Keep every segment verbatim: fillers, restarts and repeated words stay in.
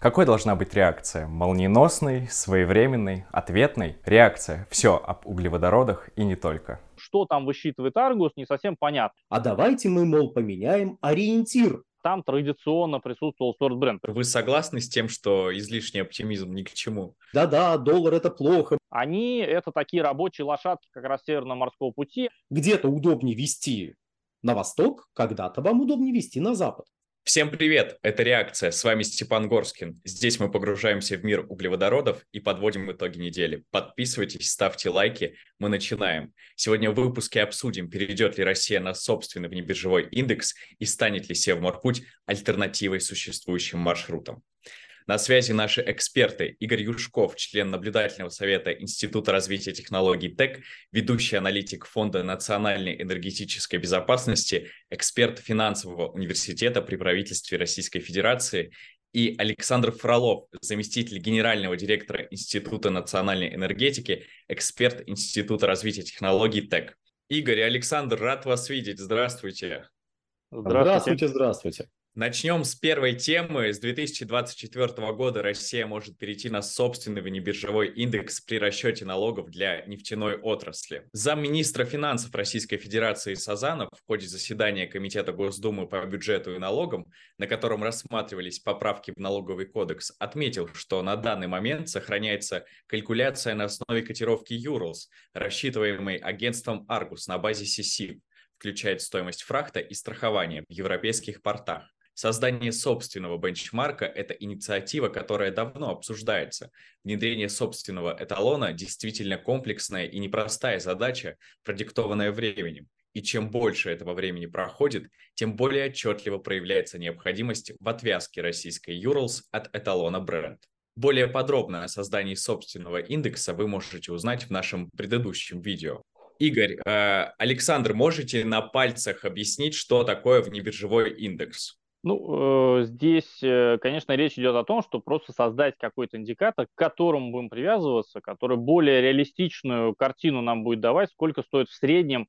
Какой должна быть реакция? Молниеносной, своевременной, ответной? Реакция. Все об углеводородах и не только. Что там высчитывает Аргус, не совсем понятно. А давайте мы, мол, поменяем ориентир. Там традиционно присутствовал сорт бренд. Вы согласны с тем, что излишний оптимизм ни к чему? Да-да, доллар это плохо. Они это такие рабочие лошадки как раз Северного морского пути. Где-то удобнее вести на восток, когда-то вам удобнее вести на запад. Всем привет, это «Реакция», с вами Степан Горскин. Здесь мы погружаемся в мир углеводородов и подводим итоги недели. Подписывайтесь, ставьте лайки, мы начинаем. Сегодня в выпуске обсудим, перейдет ли Россия на собственный внебиржевой индекс и станет ли Севморпуть альтернативой существующим маршрутам. На связи наши эксперты: Игорь Юшков, член наблюдательного совета Института развития технологий ТЭК, ведущий аналитик Фонда национальной энергетической безопасности, эксперт финансового университета при правительстве Российской Федерации, и Александр Фролов, заместитель генерального директора Института национальной энергетики, эксперт Института развития технологий ТЭК. Игорь и Александр, рад вас видеть. Здравствуйте. Здравствуйте. Здравствуйте, здравствуйте. Начнем с первой темы. С две тысячи двадцать четвёртого года Россия может перейти на собственный внебиржевой индекс при расчете налогов для нефтяной отрасли. Замминистра финансов Российской Федерации Сазанов в ходе заседания Комитета Госдумы по бюджету и налогам, на котором рассматривались поправки в налоговый кодекс, отметил, что на данный момент сохраняется калькуляция на основе котировки Юрлс, рассчитываемой агентством Argus на базе СИСИ, включает стоимость фрахта и страхования в европейских портах. Создание собственного бенчмарка – это инициатива, которая давно обсуждается. Внедрение собственного эталона – действительно комплексная и непростая задача, продиктованная временем. И чем больше этого времени проходит, тем более отчетливо проявляется необходимость в отвязке российской Юрлс от эталона бренд. Более подробно о создании собственного индекса вы можете узнать в нашем предыдущем видео. Игорь, э, Александр, можете на пальцах объяснить, что такое внебиржевой индекс? Ну, э, здесь, э, конечно, речь идет о том, что просто создать какой-то индикатор, к которому будем привязываться, который более реалистичную картину нам будет давать, сколько стоит в среднем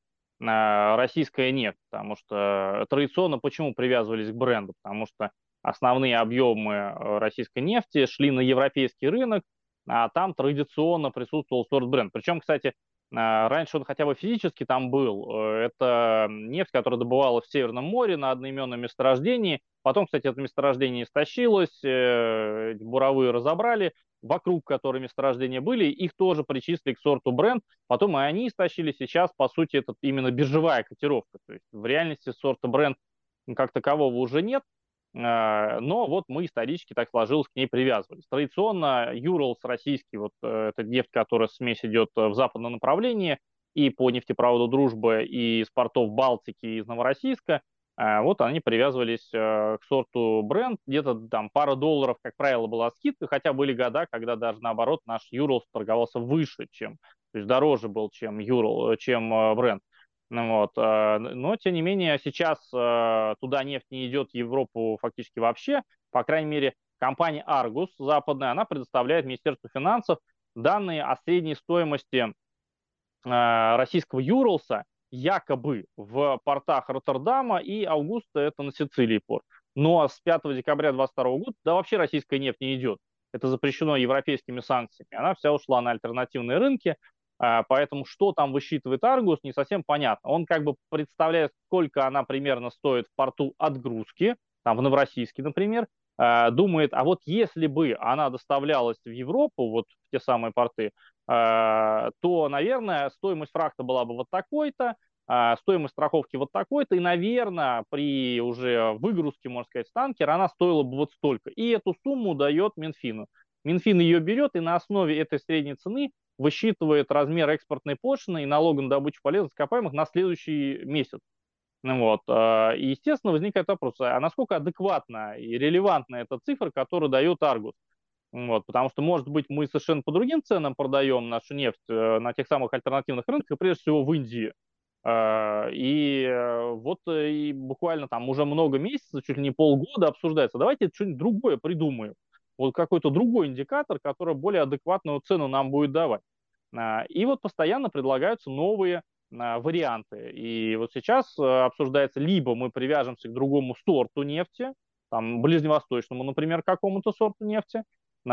э, российская нефть. Потому что традиционно почему привязывались к бренду? Потому что основные объемы э, российской нефти шли на европейский рынок, а там традиционно присутствовал сорт бренд. Причем, кстати, а, раньше он хотя бы физически там был. Э, Это нефть, которая добывалась в Северном море на одноименном месторождении. Потом, кстати, это месторождение истощилось, э, эти буровые разобрали, вокруг которой месторождения были, их тоже причислили к сорту бренд. Потом и они истощились. Сейчас, по сути, это именно биржевая котировка. То есть в реальности сорта бренд как такового уже нет. Э, Но вот мы исторически так сложилось, к ней привязывались. Традиционно Юрлс российский, вот э, это нефть, которая смесь идет э, в западном направлении, и по нефтепроводу «Дружба», и из портов Балтики, и из Новороссийска, э, вот они привязывались э, к сорту бренд. Где-то там пара долларов, как правило, была скидка, хотя были года, когда даже наоборот наш Юрлс торговался выше, чем, то есть дороже был, чем Юрл, чем э, бренд. Ну вот. э, Но, тем не менее, сейчас э, туда нефть не идет в Европу фактически вообще. По крайней мере, компания Argus западная, она предоставляет Министерству финансов данные о средней стоимости э, российского Юрлса якобы в портах Роттердама и Аугуста, это на Сицилии порт. Но с пятого декабря две тысячи двадцать второго года да вообще российская нефть не идет. Это запрещено европейскими санкциями. Она вся ушла на альтернативные рынки. А, Поэтому что там высчитывает Аргус, не совсем понятно. Он как бы представляет, сколько она примерно стоит в порту отгрузки, там в Новороссийске, например, а, думает, а вот если бы она доставлялась в Европу, вот в те самые порты, а, то, наверное, стоимость фрахта была бы вот такой-то, а, стоимость страховки вот такой-то, и, наверное, при уже выгрузке, можно сказать, с танкера она стоила бы вот столько. И эту сумму дает Минфину. Минфин ее берет и на основе этой средней цены высчитывает размер экспортной пошлины и налога на добычу полезных ископаемых на следующий месяц. Ну вот. э, И, естественно, возникает вопрос, а насколько адекватна и релевантна эта цифра, которую дает Аргус? Вот, потому что, может быть, мы совершенно по другим ценам продаем нашу нефть э, на тех самых альтернативных рынках, и прежде всего в Индии. Э, И э, вот э, и буквально там уже много месяцев, чуть ли не полгода обсуждается. Давайте что-нибудь другое придумаем. Вот какой-то другой индикатор, который более адекватную цену нам будет давать. А, И вот постоянно предлагаются новые а, варианты. И вот сейчас э, обсуждается, либо мы привяжемся к другому сорту нефти, там, ближневосточному, например, какому-то сорту нефти,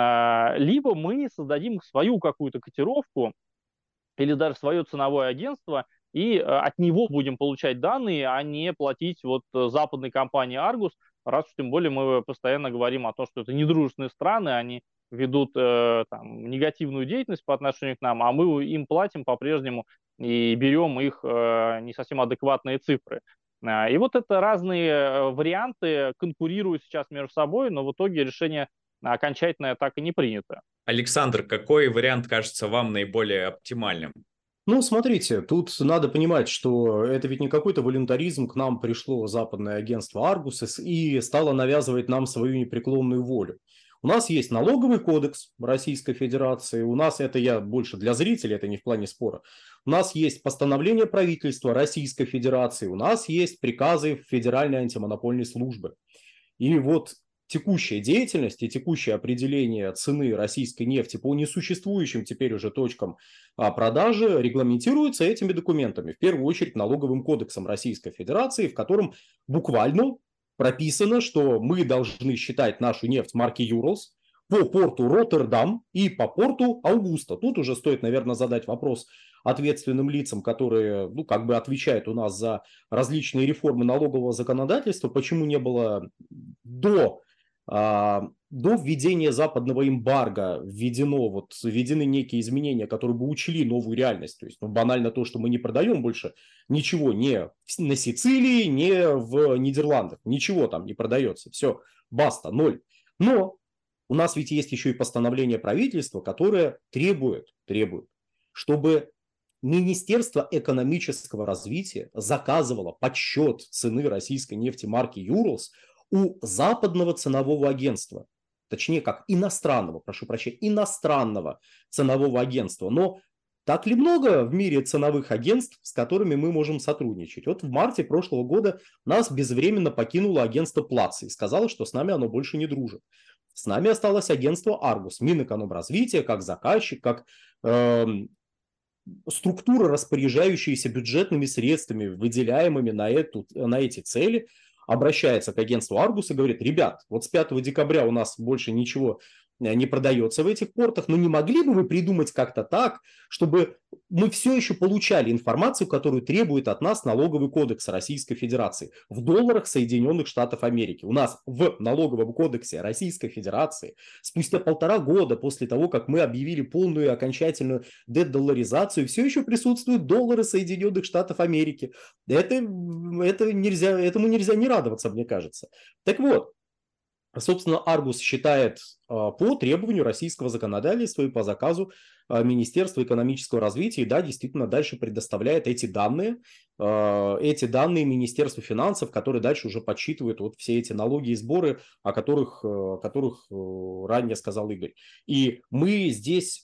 а, либо мы создадим свою какую-то котировку или даже свое ценовое агентство, и э, от него будем получать данные, а не платить вот э, западной компании Argus, раз уж тем более мы постоянно говорим о том, что это недружественные страны, они ведут э, там, негативную деятельность по отношению к нам, а мы им платим по-прежнему и берем их э, не совсем адекватные цифры. А, И вот это разные э, варианты конкурируют сейчас между собой, но в итоге решение окончательное так и не принято. Александр, какой вариант кажется вам наиболее оптимальным? Ну, смотрите, тут надо понимать, что это ведь не какой-то волюнтаризм, к нам пришло западное агентство Argus и стало навязывать нам свою непреклонную волю. У нас есть налоговый кодекс Российской Федерации, у нас, это я больше для зрителей, это не в плане спора, у нас есть постановление правительства Российской Федерации, у нас есть приказы Федеральной антимонопольной службы. И вот текущая деятельность и текущее определение цены российской нефти по несуществующим теперь уже точкам продажи регламентируется этими документами. В первую очередь налоговым кодексом Российской Федерации, в котором буквально прописано, что мы должны считать нашу нефть марки Urals по порту Роттердам и по порту Аугуста. Тут уже стоит, наверное, задать вопрос ответственным лицам, которые, ну, как бы отвечают у нас за различные реформы налогового законодательства, почему не было до, а, до введения западного эмбарго введено, вот, введены некие изменения, которые бы учли новую реальность. То есть, ну, банально то, что мы не продаем больше ничего не на Сицилии, не в Нидерландах. Ничего там не продается. Все, баста, ноль. Но у нас ведь есть еще и постановление правительства, которое требует, требует, чтобы Министерство экономического развития заказывало подсчет цены российской нефти марки Urals у западного ценового агентства. Точнее, как иностранного, прошу прощения, иностранного ценового агентства. Но так ли много в мире ценовых агентств, с которыми мы можем сотрудничать? Вот в марте прошлого года нас безвременно покинуло агентство Плац и сказало, что с нами оно больше не дружит. С нами осталось агентство Argus, Минэкономразвития, как заказчик, как э, структура, распоряжающаяся бюджетными средствами, выделяемыми на, эту, на эти цели, обращается к агентству Argus и говорит: ребят, вот с пятого декабря у нас больше ничего не продается в этих портах, но не могли бы вы придумать как-то так, чтобы мы все еще получали информацию, которую требует от нас налоговый кодекс Российской Федерации в долларах Соединенных Штатов Америки. У нас в налоговом кодексе Российской Федерации спустя полтора года после того, как мы объявили полную и окончательную дедолларизацию, все еще присутствуют доллары Соединенных Штатов Америки. Это, это нельзя, этому нельзя не радоваться, мне кажется. Так вот, собственно, Argus считает по требованию российского законодательства и по заказу Министерства экономического развития, и да, действительно дальше предоставляет эти данные, эти данные Министерству финансов, которые дальше уже подсчитывают вот все эти налоги и сборы, о которых, о которых ранее сказал Игорь. И мы здесь,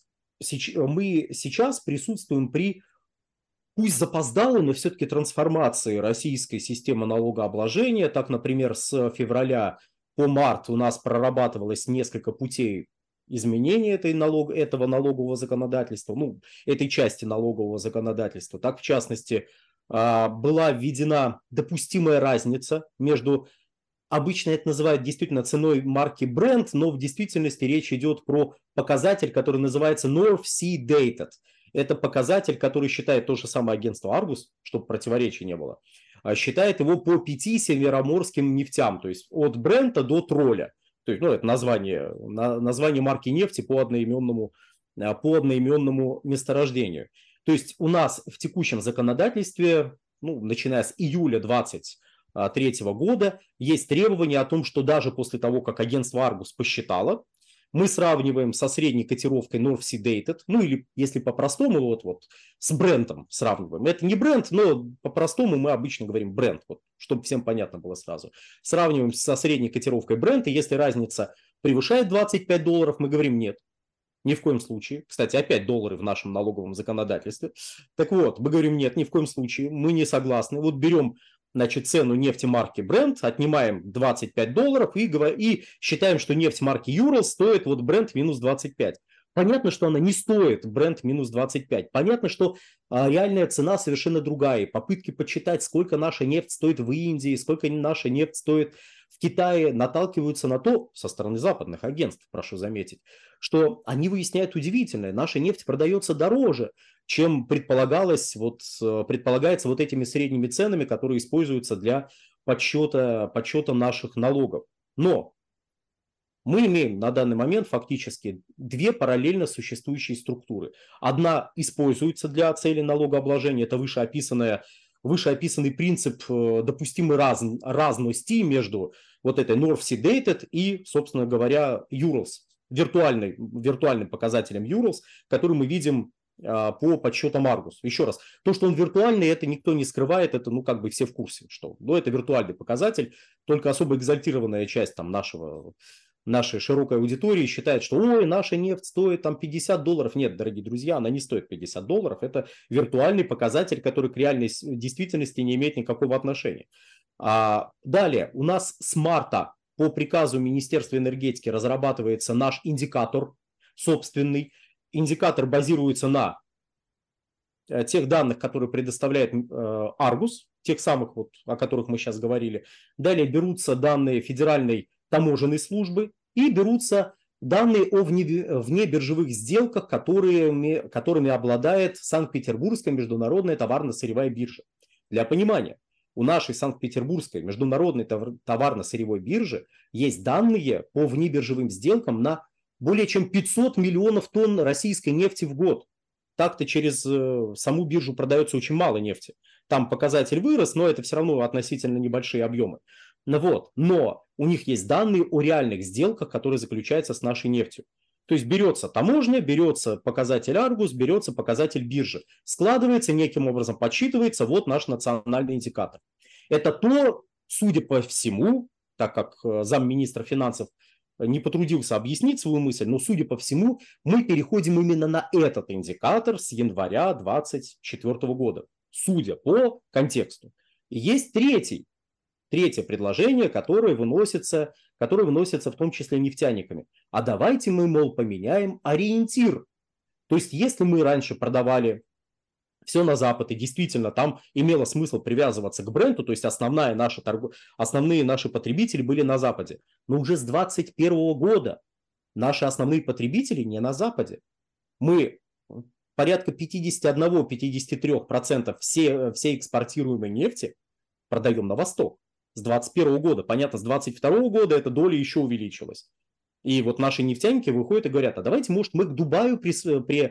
мы сейчас присутствуем при, пусть запоздалой, но все-таки трансформации российской системы налогообложения. Так, например, с февраля по март у нас прорабатывалось несколько путей изменения этой налог, этого налогового законодательства, ну, этой части налогового законодательства. Так, в частности, была введена допустимая разница между, обычно это называют действительно ценой марки Brent, но в действительности речь идет про показатель, который называется North Sea Dated. Это показатель, который считает то же самое агентство Argus, чтобы противоречий не было, считает его по пяти североморским нефтям, то есть от Брента до Тролля. То есть, ну, это название, название марки нефти по одноименному, по одноименному месторождению. То есть у нас в текущем законодательстве, ну, начиная с июля двадцать третьего года, есть требование о том, что даже после того, как агентство Argus посчитало, мы сравниваем со средней котировкой North Sea Dated, ну или если по-простому, вот, вот с брендом сравниваем. Это не бренд, но по-простому мы обычно говорим бренд, вот, чтобы всем понятно было сразу. Сравниваем со средней котировкой бренд, и если разница превышает двадцать пять долларов, мы говорим нет. Ни в коем случае. Кстати, опять доллары в нашем налоговом законодательстве. Так вот, мы говорим нет, ни в коем случае. Мы не согласны. Вот берем, значит, цену нефти марки Brent, отнимаем двадцать пять долларов и, и считаем, что нефть марки Urals стоит вот Brent минус двадцать пять. Понятно, что она не стоит Brent минус двадцать пять. Понятно, что а, реальная цена совершенно другая. Попытки подсчитать, сколько наша нефть стоит в Индии, сколько наша нефть стоит в Китае наталкиваются на то, со стороны западных агентств, прошу заметить, что они выясняют удивительное. Наша нефть продается дороже, чем предполагалось, вот, предполагается вот этими средними ценами, которые используются для подсчета, подсчета наших налогов. Но мы имеем на данный момент фактически две параллельно существующие структуры. Одна используется для цели налогообложения, это вышеописанная вышеописанный принцип допустимой раз, разности между вот этой North Sea Dated и, собственно говоря, Urals, виртуальный, виртуальным показателем Urals, который мы видим а, по подсчетам Argus. Еще раз, то, что он виртуальный, это никто не скрывает, это, ну, как бы все в курсе, что, ну, это виртуальный показатель, только особо экзальтированная часть там нашего... нашей широкой аудитории считает, что ой, наша нефть стоит там пятьдесят долларов. Нет, дорогие друзья, она не стоит пятьдесят долларов. Это виртуальный показатель, который к реальной действительности не имеет никакого отношения. А далее, у нас с марта по приказу Министерства энергетики разрабатывается наш индикатор собственный. Индикатор базируется на тех данных, которые предоставляет Argus, тех самых, вот, о которых мы сейчас говорили. Далее берутся данные федеральной таможенной службы и берутся данные о вне, внебиржевых сделках, которыми, которыми обладает Санкт-Петербургская международная товарно-сырьевая биржа. Для понимания, у нашей Санкт-Петербургской международной товарно-сырьевой биржи есть данные по внебиржевым сделкам на более чем пятьсот миллионов тонн российской нефти в год. Так-то через саму биржу продается очень мало нефти. Там показатель вырос, но это все равно относительно небольшие объемы. Ну вот, но у них есть данные о реальных сделках, которые заключаются с нашей нефтью. То есть берется таможня, берется показатель Argus, берется показатель биржи. Складывается неким образом, подсчитывается, вот наш национальный индикатор. Это то, судя по всему, так как замминистра финансов не потрудился объяснить свою мысль, но, судя по всему, мы переходим именно на этот индикатор с января две тысячи двадцать четвёртого года, судя по контексту. И есть третий. Третье предложение, которое выносится, которое выносится в том числе нефтяниками. А давайте мы, мол, поменяем ориентир. То есть, если мы раньше продавали все на Запад, и действительно там имело смысл привязываться к бренду, то есть основная наша торг... основные наши потребители были на Западе. Но уже с две тысячи двадцать первого года наши основные потребители не на Западе. Мы порядка пятьдесят один - пятьдесят три процента всей, всей экспортируемой нефти продаем на Восток. С двадцать первого года. Понятно, с двадцать второго года эта доля еще увеличилась. И вот наши нефтяники выходят и говорят, а давайте, может, мы к Дубаю при, при,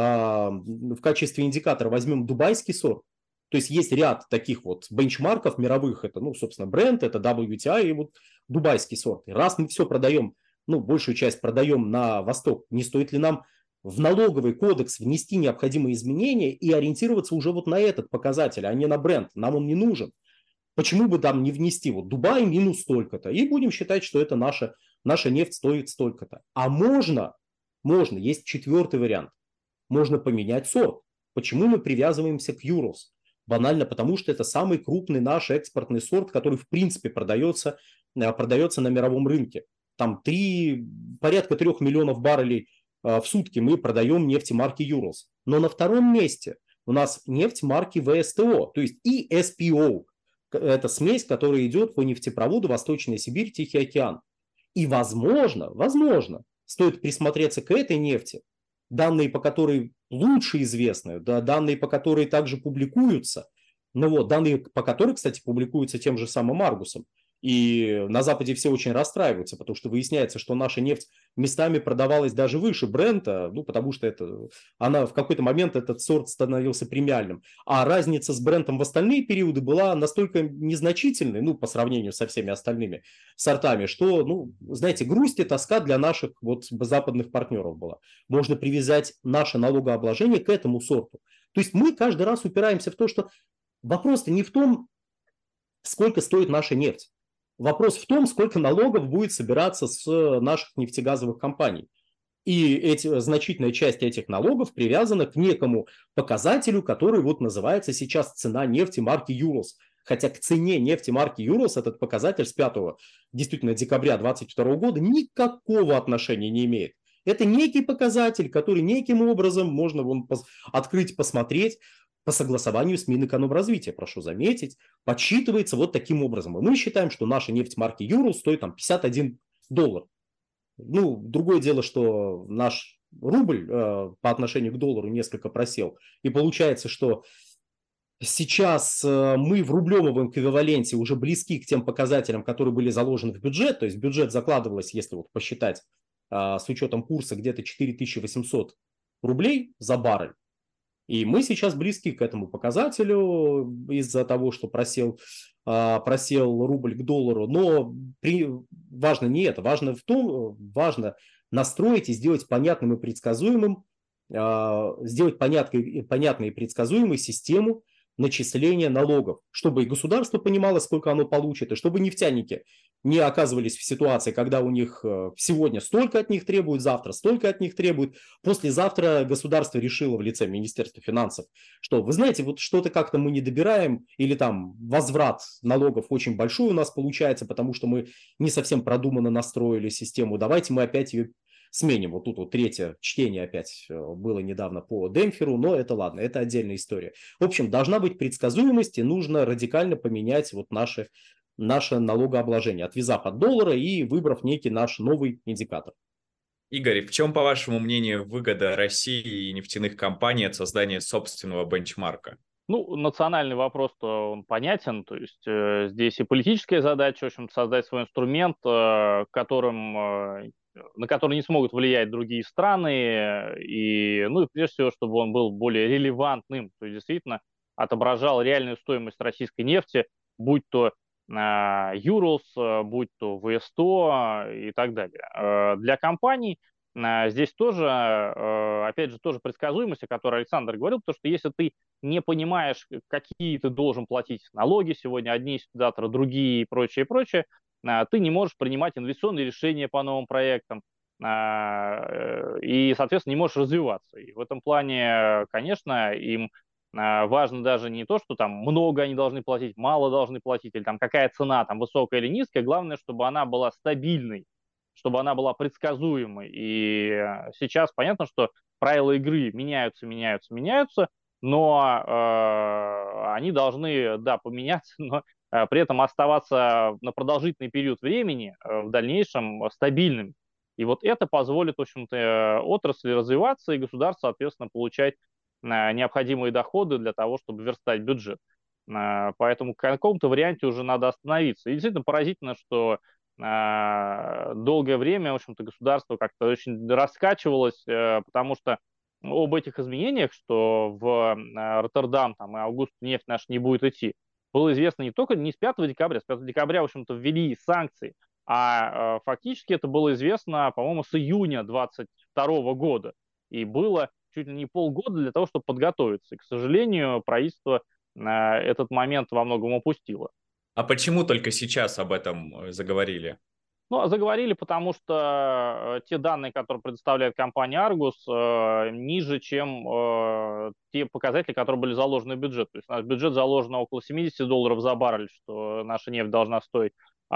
а, в качестве индикатора возьмем дубайский сорт. То есть есть ряд таких вот бенчмарков мировых. Это, ну, собственно, бренд, это дабл ю ти ай и вот дубайский сорт. И раз мы все продаем, ну, большую часть продаем на Восток, не стоит ли нам в налоговый кодекс внести необходимые изменения и ориентироваться уже вот на этот показатель, а не на бренд? Нам он не нужен. Почему бы там не внести вот Дубай минус столько-то, и будем считать, что это наша, наша нефть стоит столько-то. А можно, можно, есть четвертый вариант, можно поменять сорт. Почему мы привязываемся к Urals? Банально потому, что это самый крупный наш экспортный сорт, который в принципе продается, продается на мировом рынке. Там три, порядка трех миллионов баррелей в сутки мы продаем нефти марки Urals. Но на втором месте у нас нефть марки ви эс тэ о, то есть и эс пи о. Это смесь, которая идет по нефтепроводу Восточная Сибирь, Тихий океан. И возможно, возможно, стоит присмотреться к этой нефти, данные по которой лучше известны, да, данные по которой также публикуются, ну вот, данные по которой, кстати, публикуются тем же самым Аргусом. И на Западе все очень расстраиваются, потому что выясняется, что наша нефть местами продавалась даже выше брента, ну, потому что это, она в какой-то момент этот сорт становился премиальным. А разница с брентом в остальные периоды была настолько незначительной, ну, по сравнению со всеми остальными сортами, что, ну, знаете, грусть и тоска для наших вот западных партнеров была. Можно привязать наше налогообложение к этому сорту. То есть мы каждый раз упираемся в то, что вопрос-то не в том, сколько стоит наша нефть. Вопрос в том, сколько налогов будет собираться с наших нефтегазовых компаний. И эти, значительная часть этих налогов привязана к некому показателю, который вот называется сейчас цена нефти марки Urals. Хотя к цене нефти марки Urals этот показатель с пятого действительно декабря две тысячи двадцать второго года никакого отношения не имеет. Это некий показатель, который неким образом можно вон, открыть, посмотреть, по согласованию с Минэкономразвития, прошу заметить, подсчитывается вот таким образом. И мы считаем, что наша нефть марки Юрал стоит там пятьдесят один доллар. Ну, другое дело, что наш рубль э, по отношению к доллару несколько просел. И получается, что сейчас э, мы в рублевом эквиваленте уже близки к тем показателям, которые были заложены в бюджет. То есть в бюджет закладывалось, если вот посчитать э, с учетом курса, где-то четыре тысячи восемьсот рублей за баррель. И мы сейчас близки к этому показателю из-за того, что просел, э, просел рубль к доллару. Но при, важно не это. Важно в том, важно настроить и сделать понятным и предсказуемым, э, сделать понятной, понятной и предсказуемой систему начисления налогов, чтобы и государство понимало, сколько оно получит, и чтобы нефтяники не оказывались в ситуации, когда у них сегодня столько от них требуют, завтра столько от них требуют, послезавтра государство решило в лице Министерства финансов, что, вы знаете, вот что-то как-то мы не добираем, или там возврат налогов очень большой у нас получается, потому что мы не совсем продуманно настроили систему, давайте мы опять ее сменим. Вот тут вот третье чтение опять было недавно по демпферу, но это ладно, это отдельная история. В общем, должна быть предсказуемость, и нужно радикально поменять вот наши, наше налогообложение, отвязав от доллара и выбрав некий наш новый индикатор. Игорь, в чем, по вашему мнению, выгода России и нефтяных компаний от создания собственного бенчмарка? Ну, национальный вопрос-то он понятен, то есть э, здесь и политическая задача, в общем, создать свой инструмент, э, которым... Э, на которые не смогут влиять другие страны, и, ну и прежде всего, чтобы он был более релевантным, то есть действительно отображал реальную стоимость российской нефти, будь то э, Юралс, будь то вэ эс тэ о и так далее. Э, для компаний э, здесь тоже, э, опять же, тоже предсказуемость, о которой Александр говорил, потому что если ты не понимаешь, какие ты должен платить налоги сегодня, одни завтра другие и прочее, и прочее, ты не можешь принимать инвестиционные решения по новым проектам и, соответственно, не можешь развиваться. И в этом плане, конечно, им важно даже не то, что там много они должны платить, мало должны платить, или там какая цена, там высокая или низкая. Главное, чтобы она была стабильной, чтобы она была предсказуемой. И сейчас понятно, что правила игры меняются, меняются, меняются, но э, они должны, да, поменяться, но при этом оставаться на продолжительный период времени в дальнейшем стабильным. И вот это позволит, в общем-то, отрасли развиваться и государство, соответственно, получать необходимые доходы для того, чтобы верстать бюджет. Поэтому в каком-то варианте уже надо остановиться. И действительно поразительно, что долгое время, в общем-то, государство как-то очень раскачивалось, потому что об этих изменениях, что в Роттердам там, и Аугуст нефть наша не будет идти, было известно не только не с пятого декабря, с пятого декабря, в общем-то, ввели санкции, а э, фактически это было известно, по-моему, с июня двадцать второго года. И было чуть ли не полгода для того, чтобы подготовиться. И, к сожалению, правительство э, этот момент во многом упустило. А почему только сейчас об этом заговорили? Ну, заговорили, потому что те данные, которые предоставляет компания Argus, э, ниже, чем э, те показатели, которые были заложены в бюджет. То есть наш бюджет заложен около семьдесят долларов за баррель, что наша нефть должна стоить.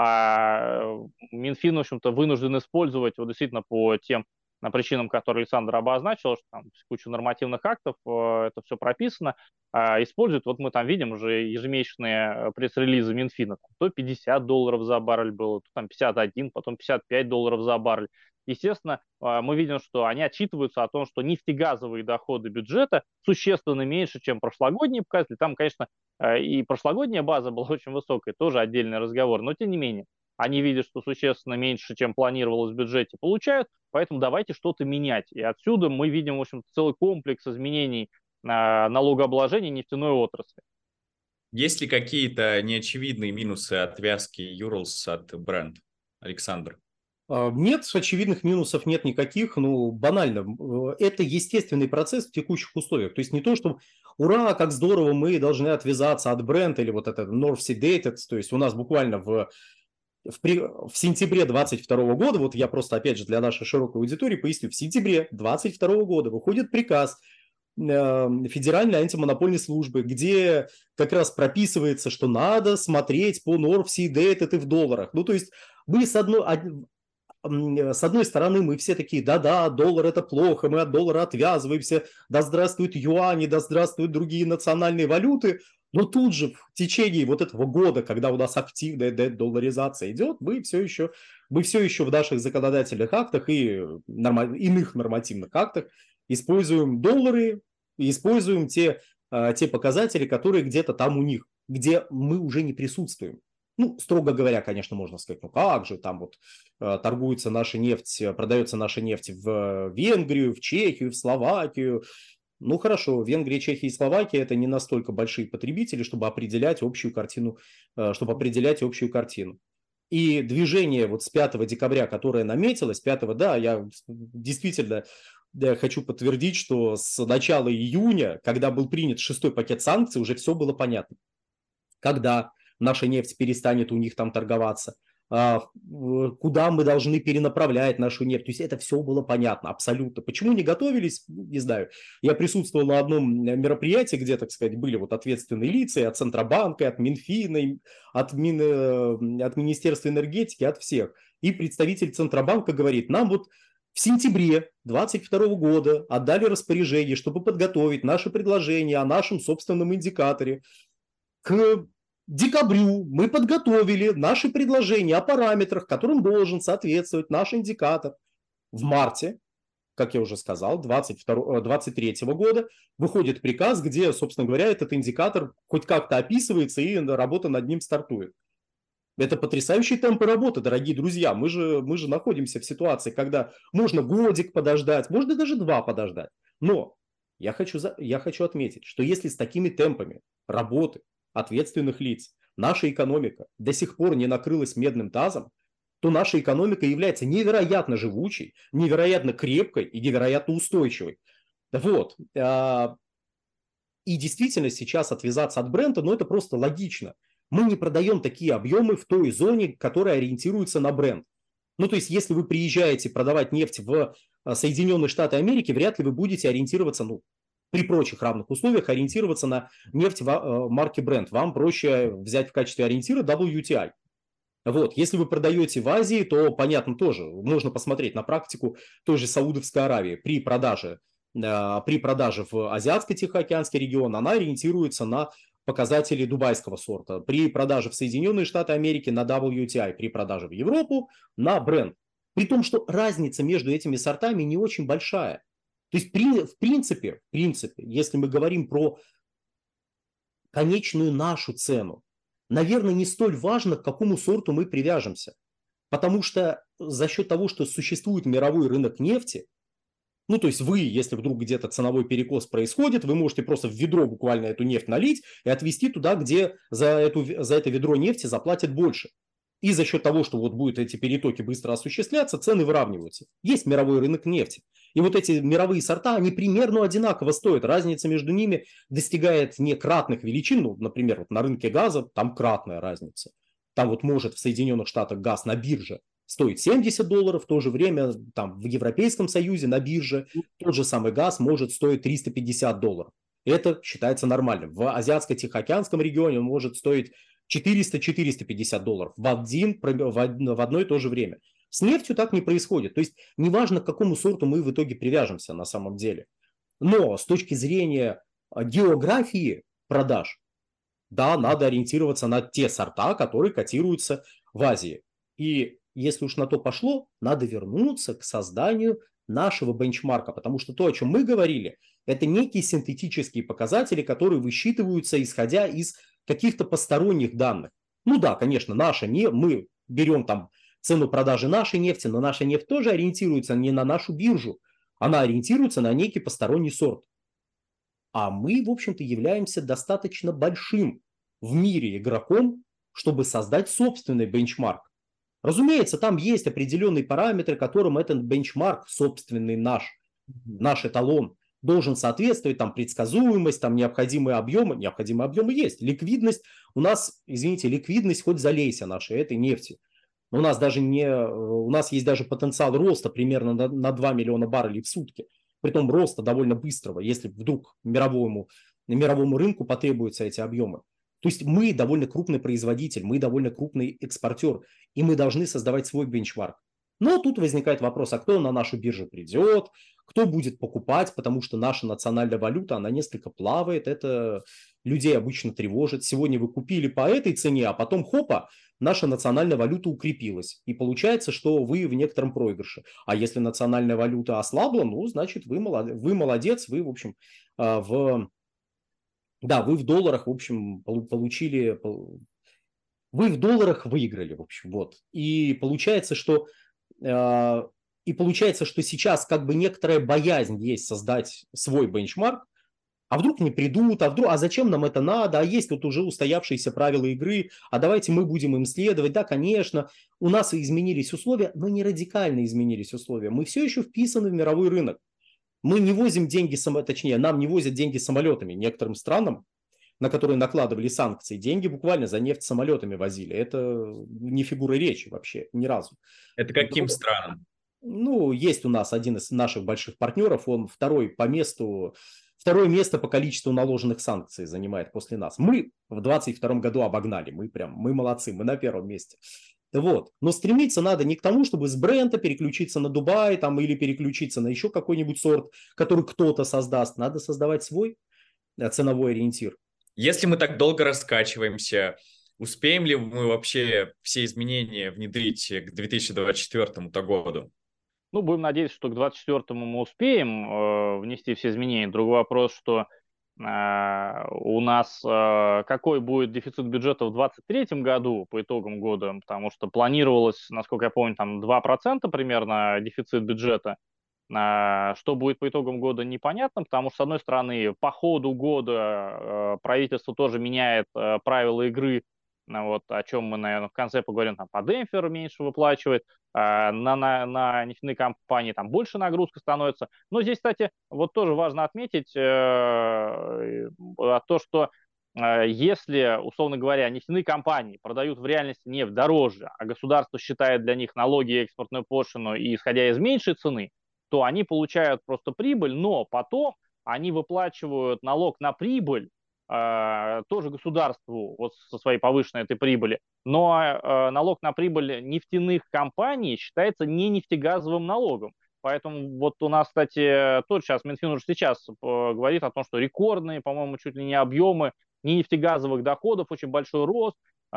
А Минфин, в общем-то, вынужден использовать, вот действительно по тем на причинам, которые Александр обозначил, что там куча нормативных актов, это все прописано, используют, вот мы там видим уже ежемесячные пресс-релизы Минфина, там, то пятьдесят долларов за баррель было, то там пятьдесят один, потом пятьдесят пять долларов за баррель. Естественно, мы видим, что они отчитываются о том, что нефтегазовые доходы бюджета существенно меньше, чем прошлогодние показатели. Там, конечно, и прошлогодняя база была очень высокая, тоже отдельный разговор, но тем не менее. Они видят, что существенно меньше, чем планировалось в бюджете, получают, поэтому давайте что-то менять. И отсюда мы видим, в общем, целый комплекс изменений на налогообложения нефтяной отрасли. Есть ли какие-то неочевидные минусы отвязки Юралс от Brent, Александр? Нет, очевидных минусов нет никаких, ну, банально. Это естественный процесс в текущих условиях. То есть не то, что ура, как здорово, мы должны отвязаться от Brent или вот это North Sea Dated, то есть у нас буквально в В, при... в сентябре двадцать второго года, вот я просто опять же для нашей широкой аудитории поясню, в сентябре двадцать второго года выходит приказ э, Федеральной антимонопольной службы, где как раз прописывается, что надо смотреть по North Sea Dated в долларах. Ну то есть мы с одной... с одной стороны, мы все такие, да-да, доллар это плохо, мы от доллара отвязываемся, да здравствуют юани, да здравствуют другие национальные валюты. Но тут же в течение вот этого года, когда у нас активная долларизация идет, мы все еще, мы все еще в наших законодательных актах и норма, иных нормативных актах используем доллары, используем те, те показатели, которые где-то там у них, где мы уже не присутствуем. Ну, строго говоря, конечно, можно сказать, ну как же, там вот э, торгуется наша нефть, продается наша нефть в Венгрию, в Чехию, в Словакию. Ну хорошо, Венгрия, Чехия и Словакия это не настолько большие потребители, чтобы определять общую картину, э, чтобы определять общую картину. И движение вот с пятого декабря, которое наметилось, пятого, да, я действительно да, хочу подтвердить, что с начала июня, когда был принят шестой пакет санкций, уже все было понятно. Когда наша нефть перестанет у них там торговаться, куда мы должны перенаправлять нашу нефть. То есть это все было понятно абсолютно. Почему не готовились, не знаю. Я присутствовал на одном мероприятии, где, так сказать, были вот ответственные лица от Центробанка, от Минфина, от, Мин, от Министерства энергетики, от всех. И представитель Центробанка говорит, нам вот в сентябре две тысячи двадцать второго года отдали распоряжение, чтобы подготовить наше предложение о нашем собственном индикаторе к декабрю мы подготовили наши предложения о параметрах, которым должен соответствовать наш индикатор. В марте, как я уже сказал, двадцать второго, двадцать третьего года выходит приказ, где, собственно говоря, этот индикатор хоть как-то описывается и работа над ним стартует. Это потрясающие темпы работы, дорогие друзья. Мы же, мы же находимся в ситуации, когда можно годик подождать, можно даже два подождать. Но я хочу, я хочу отметить, что если с такими темпами работы ответственных лиц наша экономика до сих пор не накрылась медным тазом, то наша экономика является невероятно живучей, невероятно крепкой и невероятно устойчивой. Вот. И действительно сейчас отвязаться от бренда, ну это просто логично. Мы не продаем такие объемы в той зоне, которая ориентируется на бренд. Ну то есть если вы приезжаете продавать нефть в Соединенные Штаты Америки, вряд ли вы будете ориентироваться, ну, при прочих равных условиях ориентироваться на нефть марки Brent. Вам проще взять в качестве ориентира дабл ю ти ай. Вот. Если вы продаете в Азии, то понятно тоже, можно посмотреть на практику той же Саудовской Аравии. При продаже, при продаже в Азиатско-Тихоокеанский регион она ориентируется на показатели дубайского сорта. При продаже в Соединенные Штаты Америки на дабл ю ти ай. При продаже в Европу на Brent. При том, что разница между этими сортами не очень большая. То есть, в принципе, в принципе, если мы говорим про конечную нашу цену, наверное, не столь важно, к какому сорту мы привяжемся. Потому что за счет того, что существует мировой рынок нефти, ну, то есть вы, если вдруг где-то ценовой перекос происходит, вы можете просто в ведро буквально эту нефть налить и отвезти туда, где за, эту, за это ведро нефти заплатят больше. И за счет того, что вот будут эти перетоки быстро осуществляться, цены выравниваются. Есть мировой рынок нефти. И вот эти мировые сорта, они примерно одинаково стоят. Разница между ними достигает не кратных величин. Ну, например, вот на рынке газа там кратная разница. Там вот может в Соединенных Штатах газ на бирже стоить семьдесят долларов, в то же время там в Европейском Союзе на бирже тот же самый газ может стоить триста пятьдесят долларов. Это считается нормальным. В Азиатско-Тихоокеанском регионе он может стоить четыреста - четыреста пятьдесят долларов в, один, в одно и то же время. С нефтью так не происходит. То есть неважно, к какому сорту мы в итоге привяжемся на самом деле. Но с точки зрения географии продаж, да, надо ориентироваться на те сорта, которые котируются в Азии. И если уж на то пошло, надо вернуться к созданию нашего бенчмарка. Потому что то, о чем мы говорили, это некие синтетические показатели, которые высчитываются исходя из каких-то посторонних данных. Ну да, конечно, наша не, мы берем там цену продажи нашей нефти, но наша нефть тоже ориентируется не на нашу биржу, она ориентируется на некий посторонний сорт. А мы, в общем-то, являемся достаточно большим в мире игроком, чтобы создать собственный бенчмарк. Разумеется, там есть определенные параметры, которым этот бенчмарк, собственный наш, наш эталон, должен соответствовать, там предсказуемость, там необходимые объемы, необходимые объемы есть. Ликвидность, у нас, извините, ликвидность хоть залейся нашей этой нефти. У нас даже не, у нас есть даже потенциал роста примерно на, на два миллиона баррелей в сутки. Притом роста довольно быстрого, если вдруг мировому, мировому рынку потребуются эти объемы. То есть мы довольно крупный производитель, мы довольно крупный экспортер, и мы должны создавать свой бенчмарк. Но тут возникает вопрос, а кто на нашу биржу придет, кто будет покупать, потому что наша национальная валюта, она несколько плавает, это людей обычно тревожит. Сегодня вы купили по этой цене, а потом хопа, наша национальная валюта укрепилась. И получается, что вы в некотором проигрыше. А если национальная валюта ослабла, ну, значит, вы молодец, вы, молодец, вы в общем, в... Да, вы в долларах, в общем, получили... Вы в долларах выиграли, в общем, вот. И получается, что И получается, что сейчас как бы некоторая боязнь есть создать свой бенчмарк, а вдруг не придут, а вдруг, а зачем нам это надо, а есть тут уже устоявшиеся правила игры, а давайте мы будем им следовать. Да, конечно, у нас и изменились условия, но не радикально изменились условия. Мы все еще вписаны в мировой рынок. Мы не возим деньги, точнее, нам не возят деньги самолетами. Некоторым странам, на которые накладывали санкции, деньги буквально за нефть самолетами возили. Это не фигура речи вообще, ни разу. Это каким странам? Ну, есть у нас один из наших больших партнеров, он второй по месту, второе место по количеству наложенных санкций занимает после нас. Мы в двадцать втором году обогнали, мы прям, мы молодцы, мы на первом месте. Вот. Но стремиться надо не к тому, чтобы с бренда переключиться на Дубай там, или переключиться на еще какой-нибудь сорт, который кто-то создаст. Надо создавать свой ценовой ориентир. Если мы так долго раскачиваемся, успеем ли мы вообще все изменения внедрить к две тысячи двадцать четвёртому году? Ну, будем надеяться, что к двадцать четвёртому мы успеем э, внести все изменения. Другой вопрос, что э, у нас э, какой будет дефицит бюджета в двадцать третьем году по итогам года, потому что планировалось, насколько я помню, там два процента примерно дефицит бюджета. Э, что будет по итогам года, непонятно, потому что, с одной стороны, по ходу года э, правительство тоже меняет э, правила игры, вот, о чем мы, наверное, в конце поговорим, там, по демпферу меньше выплачивает, на, на, на нефтяные компании там больше нагрузка становится. Но здесь, кстати, вот тоже важно отметить э, то, что э, если, условно говоря, нефтяные компании продают в реальности нефть дороже, а государство считает для них налоги и экспортную пошлину, и исходя из меньшей цены, то они получают просто прибыль, но потом они выплачивают налог на прибыль, тоже государству вот со своей повышенной этой прибыли, но э, налог на прибыль нефтяных компаний считается не нефтегазовым налогом. Поэтому вот у нас, кстати, тоже сейчас Минфин уже сейчас э, говорит о том, что рекордные, по-моему, чуть ли не объемы не нефтегазовых доходов, очень большой рост.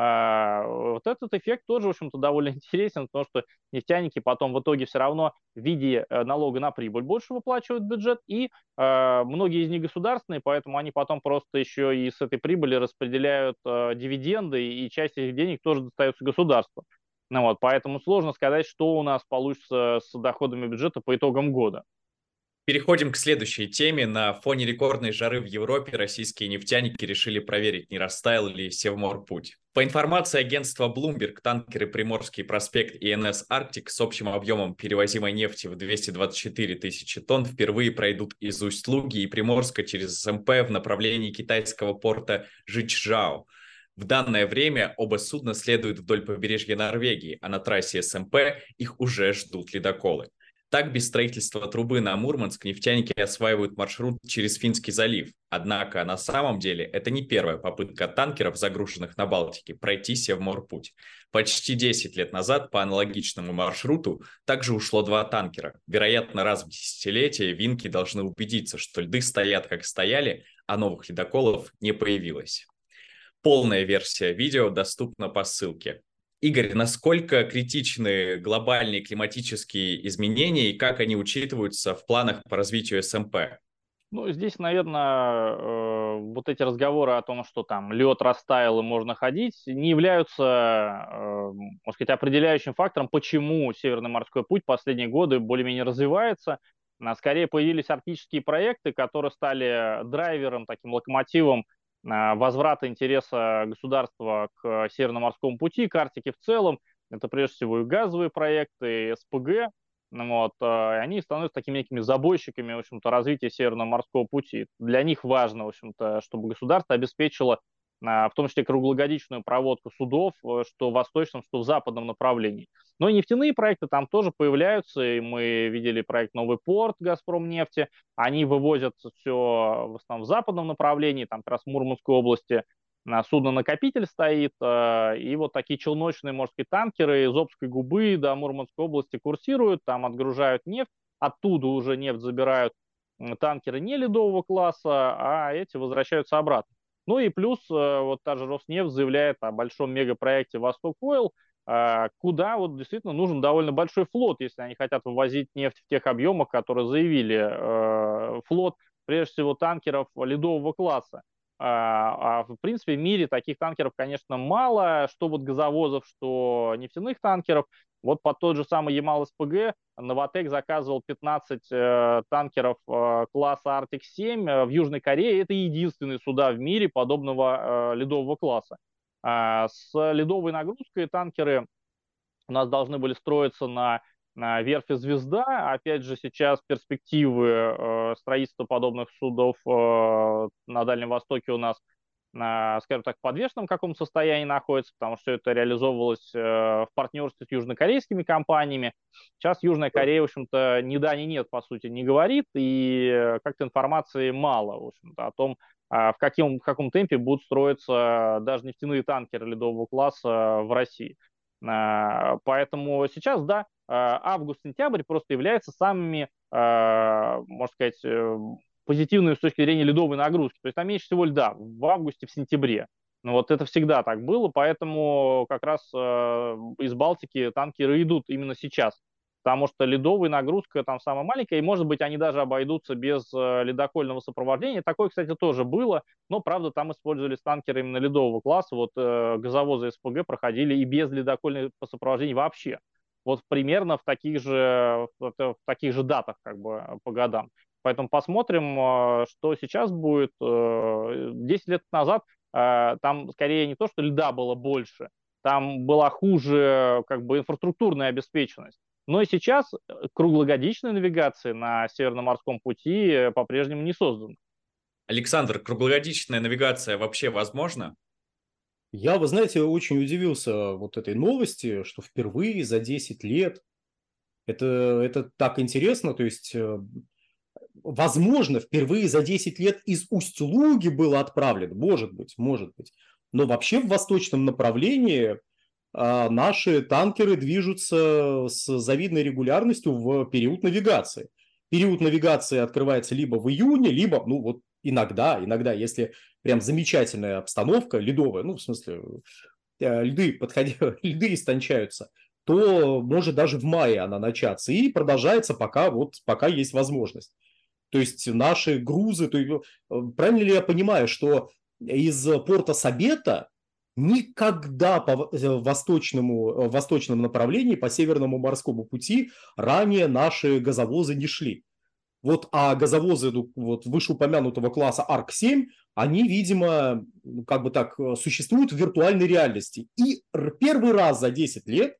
Э, вот этот эффект тоже, в общем-то, довольно интересен, потому что нефтяники потом в итоге все равно в виде э, налога на прибыль больше выплачивают в бюджет, и э, многие из них государственные, поэтому они потом просто еще и с этой прибыли распределяют э, дивиденды, и часть этих денег тоже достается государству. Ну вот, поэтому сложно сказать, что у нас получится с доходами бюджета по итогам года. Переходим к следующей теме. На фоне рекордной жары в Европе российские нефтяники решили проверить, не растаял ли Севморпуть. По информации агентства Bloomberg, танкеры Приморский проспект и эн эс Арктик с общим объемом перевозимой нефти в двести двадцать четыре тысячи тонн впервые пройдут из Усть-Луги и Приморска через СМП в направлении китайского порта Жичжао. В данное время оба судна следуют вдоль побережья Норвегии, а на трассе СМП их уже ждут ледоколы. Так, без строительства трубы на Мурманск нефтяники осваивают маршрут через Финский залив. Однако на самом деле это не первая попытка танкеров, загруженных на Балтике, пройти Севморпуть. Почти десять лет назад по аналогичному маршруту также ушло два танкера. Вероятно, раз в десятилетие винки должны убедиться, что льды стоят как стояли, а новых ледоколов не появилось. Полная версия видео доступна по ссылке. Игорь, насколько критичны глобальные климатические изменения и как они учитываются в планах по развитию СМП? Ну, здесь, наверное, э, вот эти разговоры о том, что там лед растаял и можно ходить, не являются, э, можно сказать, определяющим фактором, почему Северный морской путь последние годы более-менее развивается. А скорее появились арктические проекты, которые стали драйвером, таким локомотивом возврата интереса государства к Северно-морскому пути, к Арктике в целом. Это прежде всего и газовые проекты, и СПГ. Вот, и они становятся такими некими забойщиками, в общем-то, развития Северно-морского пути. Для них важно, в общем-то, чтобы государство обеспечило в том числе круглогодичную проводку судов, что в восточном, что в западном направлении. Но и нефтяные проекты там тоже появляются, и мы видели проект «Новый порт» «Газпромнефти», они вывозят все в основном в западном направлении, там как раз в Мурманской области, судно-накопитель стоит, и вот такие челночные, можно сказать, танкеры из Обской губы до Мурманской области курсируют, там отгружают нефть, оттуда уже нефть забирают танкеры не ледового класса, а эти возвращаются обратно. Ну и плюс вот та же Роснефть заявляет о большом мегапроекте «Восток Ойл», куда вот действительно нужен довольно большой флот, если они хотят вывозить нефть в тех объемах, которые заявили. Флот, прежде всего, танкеров ледового класса. А, а в принципе в мире таких танкеров, конечно, мало, что вот газовозов, что нефтяных танкеров. Вот под тот же самый Ямал-СПГ Новатэк заказывал пятнадцать э, танкеров э, класса Арктик семь э, в Южной Корее. Это единственные суда в мире подобного э, ледового класса. А с ледовой нагрузкой танкеры у нас должны были строиться на, на верфи «Звезда». Опять же, сейчас перспективы э, строительства подобных судов э, на Дальнем Востоке у нас, э, скажем так, в подвешенном каком-то состоянии находится, потому что это реализовывалось э, в партнерстве с южнокорейскими компаниями. Сейчас Южная Корея, в общем-то, ни да, ни нет, по сути, не говорит, и как-то информации мало, в общем-то, о том, в каком, в каком темпе будут строиться даже нефтяные танкеры ледового класса в России. Поэтому сейчас, да, август-сентябрь просто являются самыми, можно сказать, позитивными с точки зрения ледовой нагрузки. То есть там меньше всего льда в августе, в сентябре. Ну, вот это всегда так было, поэтому как раз из Балтики танкеры идут именно сейчас. Потому что ледовая нагрузка там самая маленькая, и, может быть, они даже обойдутся без э, ледокольного сопровождения. Такое, кстати, тоже было, но, правда, там использовались танкеры именно ледового класса. Вот э, газовозы СПГ проходили и без ледокольного сопровождения вообще. Вот примерно в таких же, в, в таких же датах, как бы, по годам. Поэтому посмотрим, э, что сейчас будет. Э, десять лет назад э, там, скорее, не то, что льда было больше, там была хуже, как бы, инфраструктурная обеспеченность. Но и сейчас круглогодичной навигации на Северном морском пути по-прежнему не создано. Александр, круглогодичная навигация вообще возможна? Я, вы знаете, очень удивился вот этой новости, что впервые за десять лет это, это так интересно, то есть, возможно, впервые за десять лет из Усть-Луги было отправлено, может быть, может быть, но вообще в восточном направлении наши танкеры движутся с завидной регулярностью в период навигации. Период навигации открывается либо в июне, либо, ну вот иногда, иногда, если прям замечательная обстановка ледовая, ну в смысле льды, подходя, льды истончаются, то может даже в мае она начаться и продолжается, пока, вот, пока есть возможность. То есть наши грузы, то, правильно ли я понимаю, что из порта Сабета никогда по восточному, восточному направлению, по Северному морскому пути ранее наши газовозы не шли. Вот, а газовозы вот, вышеупомянутого класса Арк семь, они, видимо, как бы так, существуют в виртуальной реальности. И первый раз за десять лет,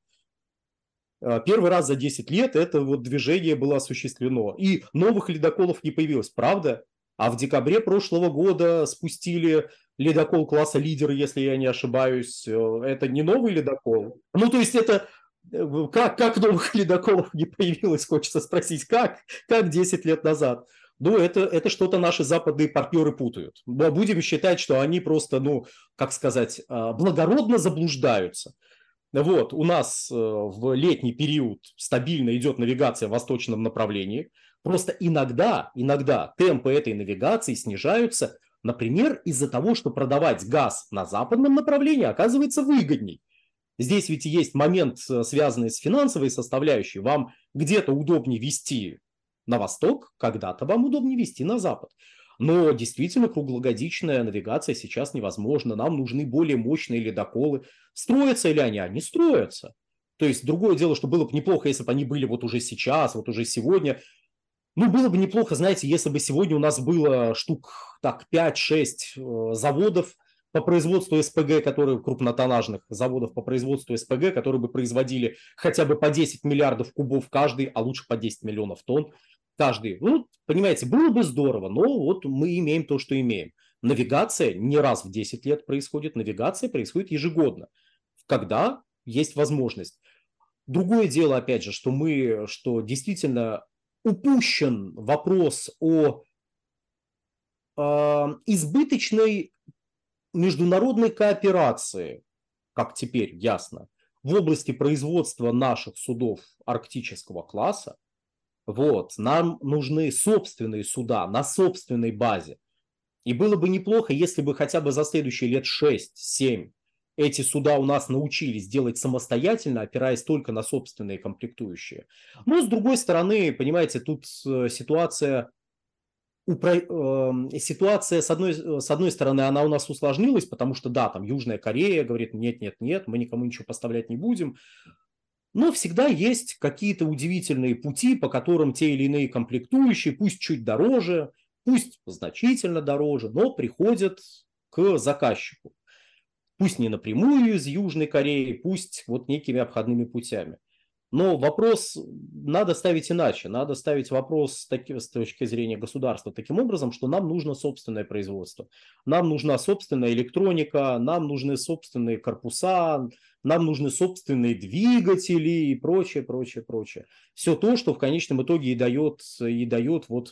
первый раз за десять лет это вот движение было осуществлено. И новых ледоколов не появилось, правда? А в декабре прошлого года спустили ледокол класса «Лидер», если я не ошибаюсь. Это не новый ледокол. Ну, то есть это... Как, как новых ледоколов не появилось, хочется спросить. Как? Как десять лет назад? Ну, это, это что-то наши западные партнеры путают. Будем считать, что они просто, ну, как сказать, благородно заблуждаются. Вот, у нас в летний период стабильно идет навигация в восточном направлении. Просто иногда, иногда темпы этой навигации снижаются, например, из-за того, что продавать газ на западном направлении оказывается выгодней. Здесь ведь есть момент, связанный с финансовой составляющей. Вам где-то удобнее вести на восток, когда-то вам удобнее вести на запад. Но действительно круглогодичная навигация сейчас невозможна. Нам нужны более мощные ледоколы. Строятся ли они? Они строятся. То есть другое дело, что было бы неплохо, если бы они были вот уже сейчас, вот уже сегодня. Ну, было бы неплохо, знаете, если бы сегодня у нас было штук так пять-шесть заводов по производству СПГ, которые крупнотоннажных заводов по производству СПГ, которые бы производили хотя бы по десять миллиардов кубов каждый, а лучше по десять миллионов тонн каждый. Ну, понимаете, было бы здорово, но вот мы имеем то, что имеем. Навигация не раз в десять лет происходит, навигация происходит ежегодно, когда есть возможность. Другое дело, опять же, что мы, что действительно упущен вопрос о э, избыточной международной кооперации, как теперь ясно, в области производства наших судов арктического класса, вот, нам нужны собственные суда на собственной базе. И было бы неплохо, если бы хотя бы за следующие лет шесть-семь эти суда у нас научились делать самостоятельно, опираясь только на собственные комплектующие. Но, с другой стороны, понимаете, тут ситуация, ситуация с, одной, с одной стороны, она у нас усложнилась, потому что, да, там Южная Корея говорит, нет-нет-нет, мы никому ничего поставлять не будем. Но всегда есть какие-то удивительные пути, по которым те или иные комплектующие, пусть чуть дороже, пусть значительно дороже, но приходят к заказчику. Пусть не напрямую из Южной Кореи, пусть вот некими обходными путями. Но вопрос надо ставить иначе. Надо ставить вопрос с, таки, с точки зрения государства таким образом, что нам нужно собственное производство. Нам нужна собственная электроника, нам нужны собственные корпуса, нам нужны собственные двигатели и прочее, прочее, прочее. Все то, что в конечном итоге и дает, и дает, вот,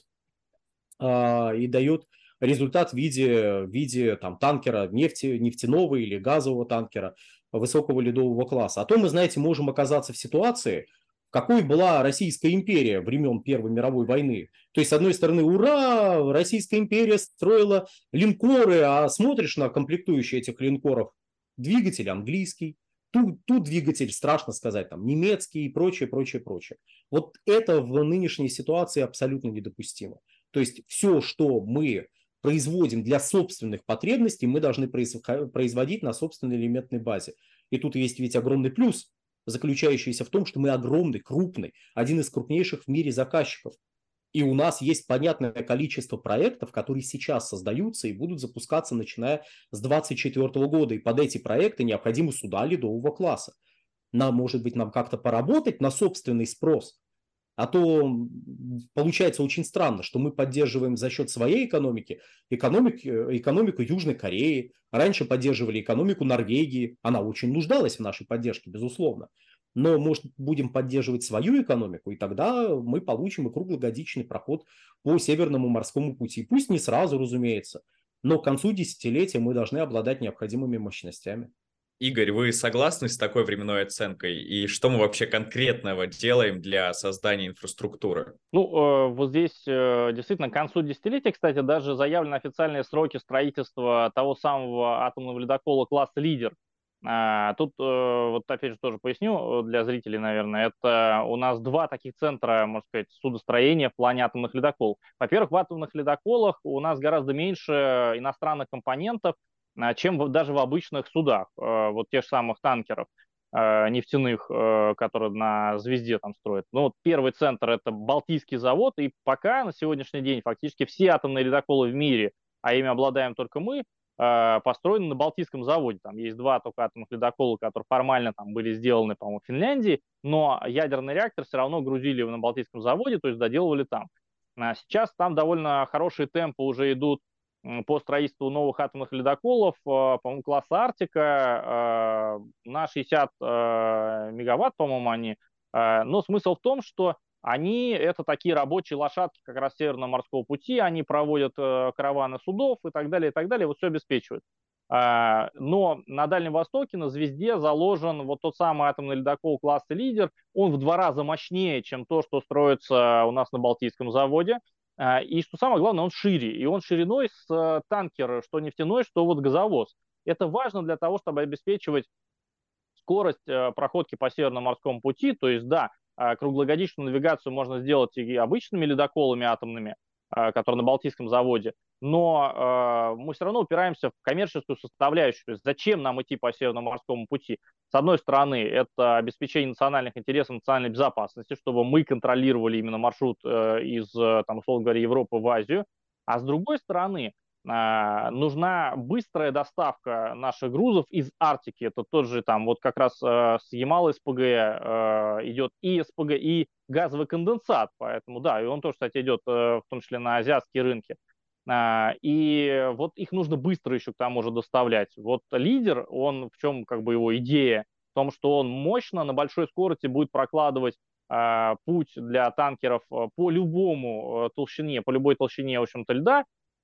а, и дает результат в виде, в виде там, танкера нефти, нефтяного или газового танкера высокого ледового класса. А то мы, знаете, можем оказаться в ситуации, какой была Российская империя времен Первой мировой войны. То есть, с одной стороны, ура, Российская империя строила линкоры, а смотришь на комплектующие этих линкоров, двигатель английский, тут, тут двигатель, страшно сказать, там, немецкий и прочее, прочее, прочее. Вот это в нынешней ситуации абсолютно недопустимо. То есть, все, что мы производим для собственных потребностей, мы должны производить на собственной элементной базе. И тут есть ведь огромный плюс, заключающийся в том, что мы огромный, крупный, один из крупнейших в мире заказчиков. И у нас есть понятное количество проектов, которые сейчас создаются и будут запускаться, начиная с две тысячи двадцать четвёртого года. И под эти проекты необходимы суда ледового класса. Нам, может быть, нам как-то поработать на собственный спрос. А то получается очень странно, что мы поддерживаем за счет своей экономики, экономики экономику Южной Кореи. Раньше поддерживали экономику Норвегии. Она очень нуждалась в нашей поддержке, безусловно. Но, может, будем поддерживать свою экономику, и тогда мы получим и круглогодичный проход по Северному морскому пути. Пусть не сразу, разумеется, но к концу десятилетия мы должны обладать необходимыми мощностями. Игорь, вы согласны с такой временной оценкой? И что мы вообще конкретного делаем для создания инфраструктуры? Ну, э, вот здесь э, действительно к концу десятилетия, кстати, даже заявлены официальные сроки строительства того самого атомного ледокола класса «Лидер». А, тут, э, вот опять же, тоже поясню для зрителей, наверное, это у нас два таких центра, можно сказать, судостроения в плане атомных ледоколов. Во-первых, в атомных ледоколах у нас гораздо меньше иностранных компонентов, чем даже в обычных судах, вот тех же самых танкеров нефтяных, которые на «Звезде» там строят. Ну, вот первый центр – это Балтийский завод, и пока на сегодняшний день фактически все атомные ледоколы в мире, а ими обладаем только мы, построены на Балтийском заводе. Там есть два только атомных ледокола, которые формально там были сделаны, по-моему, в Финляндии, но ядерный реактор все равно грузили на Балтийском заводе, то есть доделывали там. Сейчас там довольно хорошие темпы уже идут по строительству новых атомных ледоколов, по-моему, класса «Арктика», на шестьдесят мегаватт, по-моему, они. Но смысл в том, что они, это такие рабочие лошадки как раз Северного морского пути, они проводят караваны судов и так далее, и так далее, вот все обеспечивают. Но на Дальнем Востоке, на «Звезде» заложен вот тот самый атомный ледокол класса «Лидер», он в два раза мощнее, чем то, что строится у нас на Балтийском заводе. И что самое главное, он шире. И он шириной с танкер, что нефтяной, что вот газовоз. Это важно для того, чтобы обеспечивать скорость проходки по Северному морскому пути. То есть, да, круглогодичную навигацию можно сделать и обычными ледоколами атомными, которые на Балтийском заводе, но мы все равно упираемся в коммерческую составляющую. То есть зачем нам идти по Северному морскому пути? С одной стороны, это обеспечение национальных интересов, национальной безопасности, чтобы мы контролировали именно маршрут из, там, условно говоря, Европы в Азию. А с другой стороны, нужна быстрая доставка наших грузов из Арктики. Это тот же там вот как раз с Ямал-СПГ идет и СПГ, и газовый конденсат. Поэтому да, и он тоже, кстати, идет в том числе на азиатские рынки. И вот их нужно быстро еще к тому же доставлять. Вот «Лидер», он в чем как бы его идея? В том, что он мощно на большой скорости будет прокладывать путь для танкеров по любому толщине, по любой толщине, в общем-то, льда,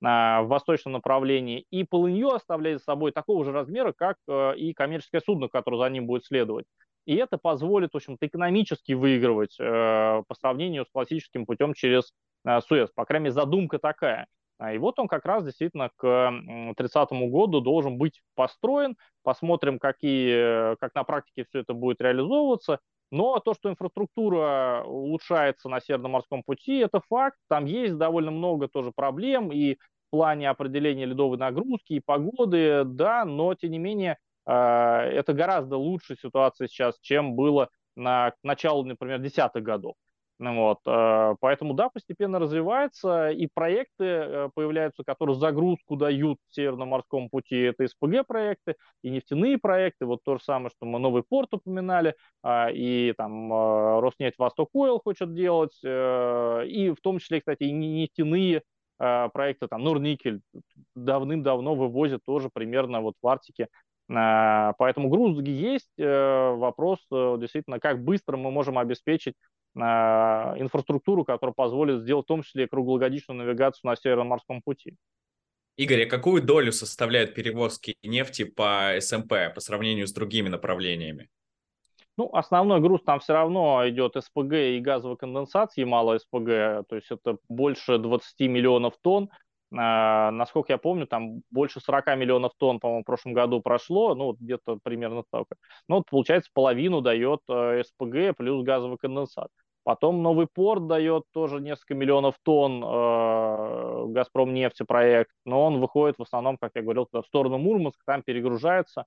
в восточном направлении, и полынье оставляет за собой такого же размера, как и коммерческое судно, которое за ним будет следовать. И это позволит, в общем-то, экономически выигрывать э, по сравнению с классическим путем через э, Суэц. По крайней мере, задумка такая. И вот он как раз действительно к тридцатому году должен быть построен. Посмотрим, какие, как на практике все это будет реализовываться. Но то, что инфраструктура улучшается на Северном морском пути, это факт. Там есть довольно много тоже проблем и в плане определения ледовой нагрузки, и погоды, да, но тем не менее это гораздо лучшая ситуация сейчас, чем было на началу, например, десятых годов. Вот. Поэтому, да, постепенно развивается, и проекты появляются, которые загрузку дают в Северном морском пути. Это СПГ-проекты, и нефтяные проекты. Вот то же самое, что мы новый порт упоминали, и там Роснефть Восток Ойл хочет делать, и в том числе, кстати, и нефтяные проекты, там Норникель давным-давно вывозят тоже примерно вот в Арктике. Поэтому груз есть. Вопрос действительно, как быстро мы можем обеспечить инфраструктуру, которая позволит сделать в том числе круглогодичную навигацию на Северном морском пути. Игорь, а какую долю составляют перевозки нефти по СМП по сравнению с другими направлениями? Ну, основной груз там все равно идет СПГ и газовой конденсации, мало СПГ, то есть это больше двадцати миллионов тонн. Uh, насколько я помню, там больше сорока миллионов тонн, по-моему, в прошлом году прошло, ну, где-то примерно столько. Ну, вот, получается, половину дает uh, СПГ плюс газовый конденсат. Потом новый порт дает тоже несколько миллионов тонн, uh, Газпром нефти проект, но он выходит в основном, как я говорил, в сторону Мурманска, там перегружается.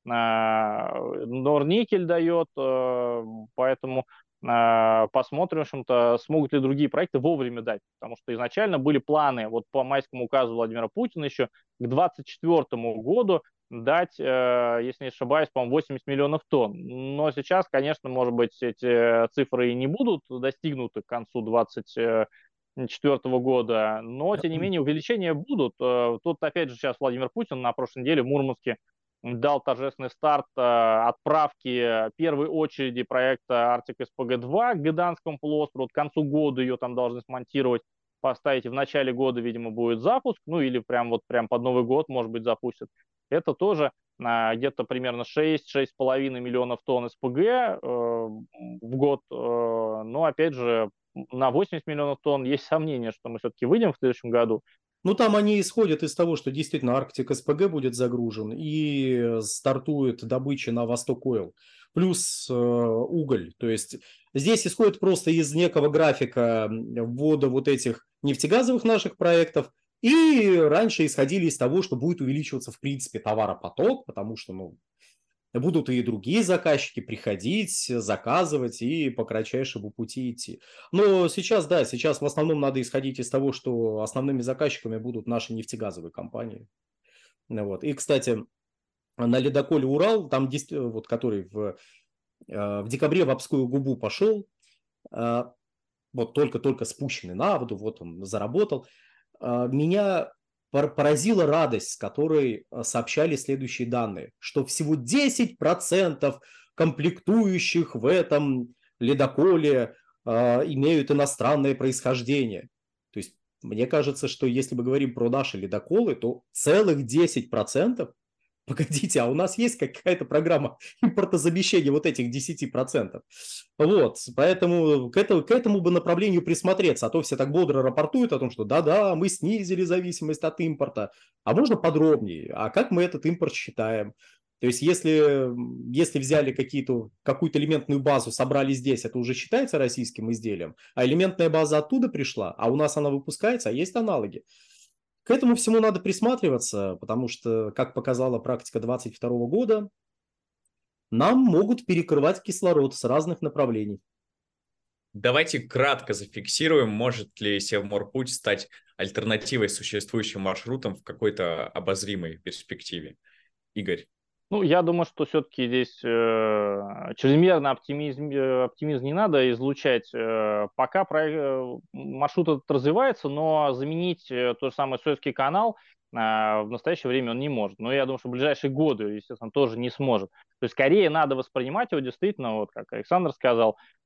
Uh, Норникель дает, uh, поэтому посмотрим, в общем-то, смогут ли другие проекты вовремя дать, потому что изначально были планы, вот по майскому указу Владимира Путина еще к двадцать четвёртому году дать, если не ошибаюсь, по-моему, восемьдесят миллионов тонн. Но сейчас, конечно, может быть, эти цифры и не будут достигнуты к концу двадцать четвёртого года, но, тем не менее, увеличения будут. Тут, опять же, сейчас Владимир Путин на прошлой неделе в Мурманске дал торжественный старт э, отправки первой очереди проекта Арктик СПГ два к Гыданскому полуострову. К концу года ее там должны смонтировать, поставить. И в начале года, видимо, будет запуск. Ну или прям вот прям под Новый год, может быть, запустят. Это тоже э, где-то примерно шесть-шесть с половиной миллионов тонн СПГ э, в год. Э, но, опять же, на восемьдесят миллионов тонн есть сомнения, что мы все-таки выйдем в следующем году. Ну, там они исходят из того, что действительно Арктик СПГ будет загружен и стартует добыча на Восток Ойл, плюс э, уголь. То есть здесь исходит просто из некого графика ввода вот этих нефтегазовых наших проектов. И раньше исходили из того, что будет увеличиваться в принципе товаропоток, потому что, ну, будут и другие заказчики приходить, заказывать и по кратчайшему пути идти. Но сейчас, да, сейчас в основном надо исходить из того, что основными заказчиками будут наши нефтегазовые компании. Вот. И, кстати, на ледоколе «Урал», там, вот, который в, в декабре в Обскую губу пошел, вот только-только спущенный на воду, вот он заработал, меня поразила радость, с которой сообщали следующие данные, что всего десять процентов комплектующих в этом ледоколе э, имеют иностранное происхождение. То есть мне кажется, что если мы говорим про наши ледоколы, то целых десять процентов. Погодите, а у нас есть какая-то программа импортозамещения вот этих десять процентов? Вот, поэтому к этому, к этому бы направлению присмотреться, а то все так бодро рапортуют о том, что да-да, мы снизили зависимость от импорта. А можно подробнее? А как мы этот импорт считаем? То есть если, если взяли какие-то, какую-то элементную базу, собрали здесь, это уже считается российским изделием, а элементная база оттуда пришла, а у нас она выпускается, а есть аналоги. К этому всему надо присматриваться, потому что, как показала практика двадцать второго года, нам могут перекрывать кислород с разных направлений. Давайте кратко зафиксируем, может ли Севморпуть стать альтернативой существующим маршрутам в какой-то обозримой перспективе. Игорь. Ну, я думаю, что все-таки здесь э, чрезмерно оптимизм, э, оптимизм не надо излучать. Э, пока про, э, маршрут этот развивается, но заменить э, тот же самый Суэцкий канал э, в настоящее время он не может. Но я думаю, что в ближайшие годы, естественно, тоже не сможет. То есть скорее надо воспринимать его действительно, вот как Александр сказал,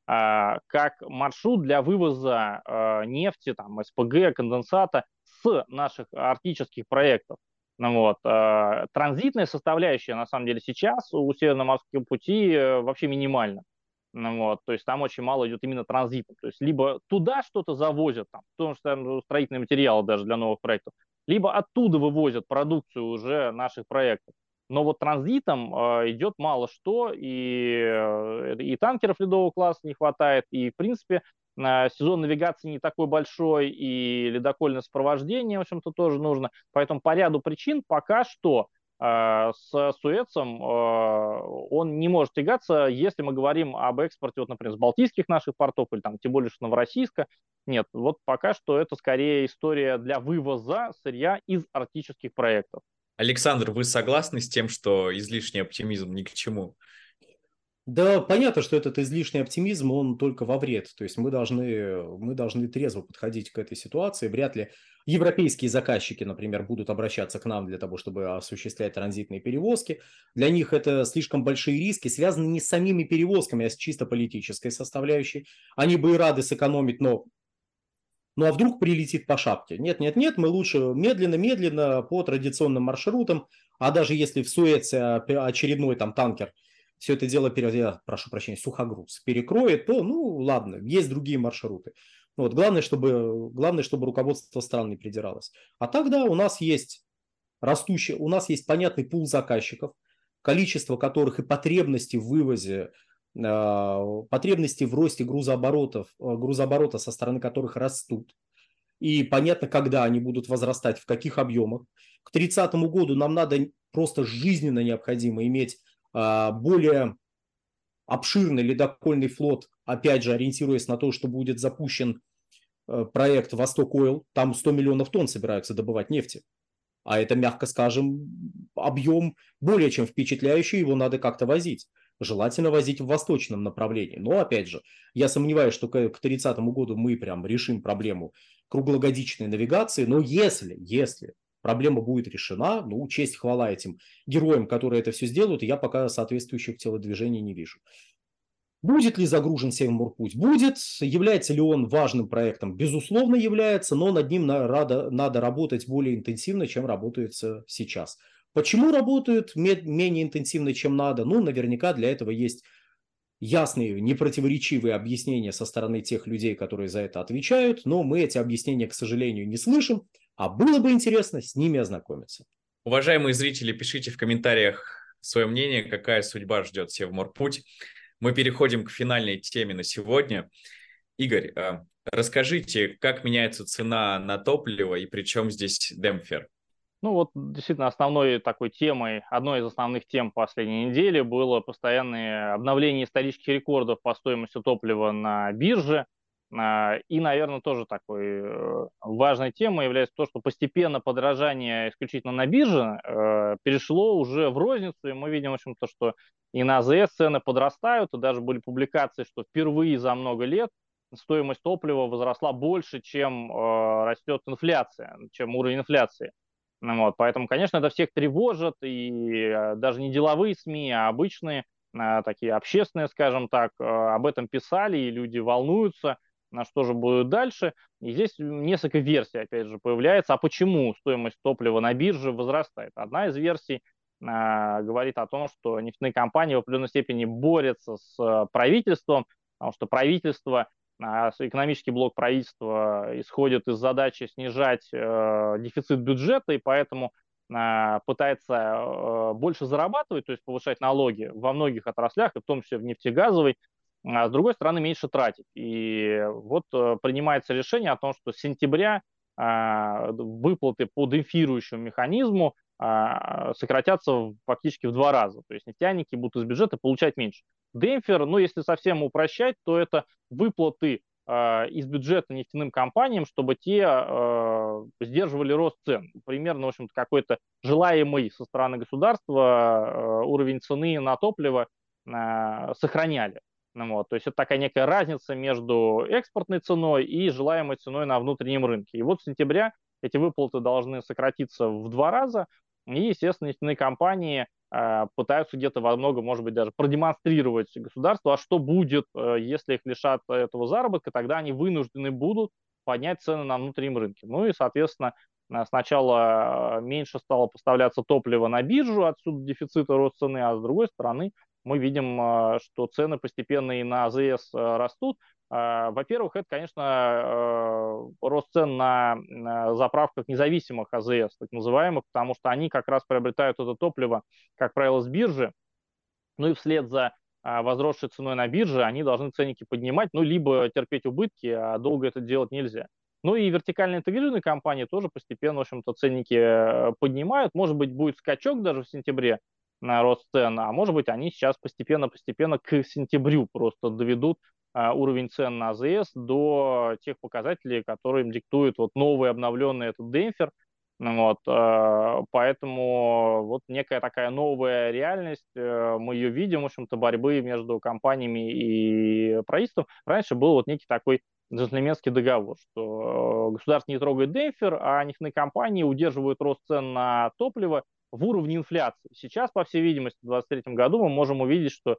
как маршрут для вывоза нефти, там, СПГ, конденсата с наших арктических проектов. Ну, вот. Транзитная составляющая, на самом деле, сейчас у Северно-морского пути вообще минимальна. Ну, вот. То есть там очень мало идет именно транзитом. То есть либо туда что-то завозят, там, потому что там строительные материалы даже для новых проектов, либо оттуда вывозят продукцию уже наших проектов. Но вот транзитом э, идет мало что, и, э, и танкеров ледового класса не хватает, и, в принципе, э, сезон навигации не такой большой, и ледокольное сопровождение, в общем-то, тоже нужно. Поэтому по ряду причин пока что э, с Суэцем э, он не может тягаться, если мы говорим об экспорте, вот, например, с балтийских наших портов, или там, тем более, что Новороссийска. Нет, вот пока что это скорее история для вывоза сырья из арктических проектов. Александр, вы согласны с тем, что излишний оптимизм ни к чему? Да, понятно, что этот излишний оптимизм, он только во вред. То есть мы должны, мы должны трезво подходить к этой ситуации. Вряд ли европейские заказчики, например, будут обращаться к нам для того, чтобы осуществлять транзитные перевозки. Для них это слишком большие риски, связанные не с самими перевозками, а с чисто политической составляющей. Они бы и рады сэкономить, но... Ну а вдруг прилетит по шапке? Нет, нет, нет, мы лучше медленно-медленно по традиционным маршрутам, а даже если в Суэце очередной там танкер все это дело, я прошу прощения, сухогруз перекроет, то, ну, ладно, есть другие маршруты. Вот, главное, чтобы, главное, чтобы руководство страны не придиралось. А тогда у нас есть растущий, у нас есть понятный пул заказчиков, количество которых и потребности в вывозе, потребности в росте грузооборотов, грузооборота со стороны которых растут. И понятно, когда они будут возрастать, в каких объемах. К тридцатому году нам надо просто жизненно необходимо иметь более обширный ледокольный флот, опять же, ориентируясь на то, что будет запущен проект «Восток Ойл». Там сто миллионов тонн собираются добывать нефти. А это, мягко скажем, объем более чем впечатляющий, его надо как-то возить. Желательно возить в восточном направлении. Но, опять же, я сомневаюсь, что к тридцатому году мы прям решим проблему круглогодичной навигации. Но если, если проблема будет решена, ну, честь хвала этим героям, которые это все сделают, я пока соответствующих телодвижений не вижу. Будет ли загружен Севморпуть? Будет. Является ли он важным проектом? Безусловно, является, но над ним надо, надо работать более интенсивно, чем работается сейчас. Почему работают менее интенсивно, чем надо? Ну, наверняка для этого есть ясные, непротиворечивые объяснения со стороны тех людей, которые за это отвечают, но мы эти объяснения, к сожалению, не слышим, а было бы интересно с ними ознакомиться. Уважаемые зрители, пишите в комментариях свое мнение, какая судьба ждет Севморпуть. Мы переходим к финальной теме на сегодня. Игорь, расскажите, как меняется цена на топливо и при чем здесь демпфер? Ну вот действительно основной такой темой, одной из основных тем последней недели было постоянное обновление исторических рекордов по стоимости топлива на бирже. И, наверное, тоже такой важной темой является то, что постепенно подорожание исключительно на бирже перешло уже в розницу, и мы видим, в общем-то, что и на АЗС цены подрастают, и даже были публикации, что впервые за много лет стоимость топлива возросла больше, чем растет инфляция, чем уровень инфляции. Вот, поэтому, конечно, это всех тревожит, и даже не деловые СМИ, а обычные, такие общественные, скажем так, об этом писали, и люди волнуются, на что же будет дальше. И здесь несколько версий, опять же, появляется. А почему стоимость топлива на бирже возрастает? Одна из версий э, говорит о том, что нефтяные компании в определенной степени борются с правительством, потому что правительство, э, экономический блок правительства исходит из задачи снижать э, дефицит бюджета, и поэтому э, пытается э, больше зарабатывать, то есть повышать налоги во многих отраслях, и в том числе в нефтегазовой, а с другой стороны меньше тратить. И вот принимается решение о том, что с сентября э, выплаты по демпфирующему механизму э, сократятся фактически в два раза. То есть нефтяники будут из бюджета получать меньше. Демпфер, ну если совсем упрощать, то это выплаты э, из бюджета нефтяным компаниям, чтобы те э, сдерживали рост цен. Примерно, в общем-то, какой-то желаемый со стороны государства э, уровень цены на топливо э, сохраняли. Вот, то есть это такая некая разница между экспортной ценой и желаемой ценой на внутреннем рынке. И вот с сентября эти выплаты должны сократиться в два раза, и, естественно, нефтяные компании пытаются где-то во многом, может быть, даже продемонстрировать государству, а что будет, если их лишат этого заработка, тогда они вынуждены будут поднять цены на внутреннем рынке. Ну и, соответственно, сначала меньше стало поставляться топливо на биржу, отсюда дефицит и рост цены, а с другой стороны мы видим, что цены постепенно и на АЗС растут. Во-первых, это, конечно, рост цен на заправках независимых АЗС, так называемых, потому что они как раз приобретают это топливо, как правило, с биржи. Ну и вслед за возросшей ценой на бирже они должны ценники поднимать, ну либо терпеть убытки, а долго это делать нельзя. Ну и вертикально интегрированные компании тоже постепенно, в общем-то, ценники поднимают. Может быть, будет скачок даже в сентябре на рост цен, а может быть, они сейчас постепенно-постепенно к сентябрю просто доведут уровень цен на АЗС до тех показателей, которые им диктует вот новый обновленный этот демпфер. Вот, поэтому вот некая такая новая реальность, мы ее видим, в общем-то, борьбы между компаниями и правительством. Раньше был вот некий такой джентльменский договор, что государство не трогает демпфер, а нефтяные компании удерживают рост цен на топливо в уровне инфляции. Сейчас, по всей видимости, в две тысячи двадцать третьем году мы можем увидеть, что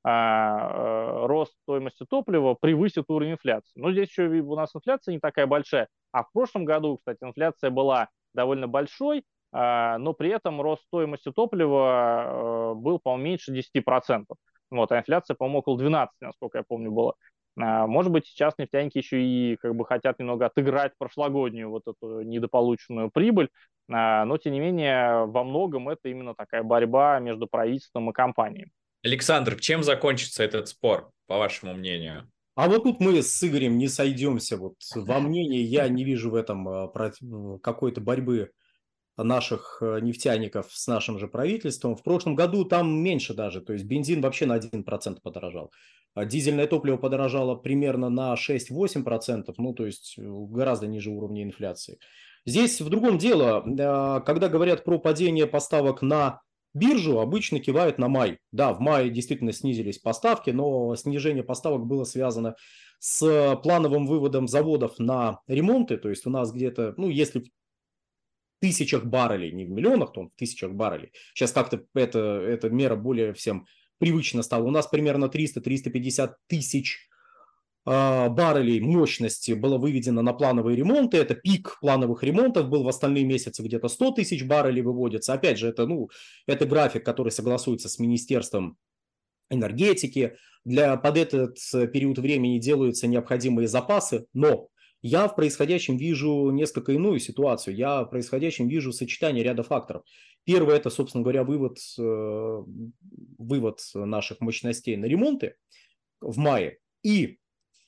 а, рост стоимости топлива превысит уровень инфляции. Но здесь еще у нас инфляция не такая большая. А в прошлом году, кстати, инфляция была довольно большой, но при этом рост стоимости топлива был, по-моему, меньше десяти процентов. Вот, а инфляция, по-моему, около двенадцати процентов, насколько я помню, была. Может быть, сейчас нефтяники еще и как бы хотят немного отыграть прошлогоднюю вот эту недополученную прибыль, но, тем не менее, во многом это именно такая борьба между правительством и компанией. Александр, чем закончится этот спор, по вашему мнению? А вот тут мы с Игорем не сойдемся. Вот во мнении я не вижу в этом какой-то борьбы наших нефтяников с нашим же правительством. В прошлом году там меньше даже, то есть бензин вообще на один процент подорожал. Дизельное топливо подорожало примерно на шесть-восемь процентов, ну то есть гораздо ниже уровня инфляции. Здесь в другом дело, когда говорят про падение поставок на биржу, обычно кивают на май. Да, в мае действительно снизились поставки, но снижение поставок было связано с плановым выводом заводов на ремонты. То есть у нас где-то, ну если в тысячах баррелей, не в миллионах тонн, в тысячах баррелей. Сейчас как-то это, эта мера более всем привычно стала. У нас примерно триста-триста пятьдесят тысяч баррелей мощности было выведено на плановые ремонты. Это пик плановых ремонтов был. В остальные месяцы где-то сто тысяч баррелей выводится. Опять же, это, ну, это график, который согласуется с Министерством энергетики. Для, под этот период времени делаются необходимые запасы. Но я в происходящем вижу несколько иную ситуацию. Я в происходящем вижу сочетание ряда факторов. Первое – это, собственно говоря, вывод, вывод наших мощностей на ремонты в мае. И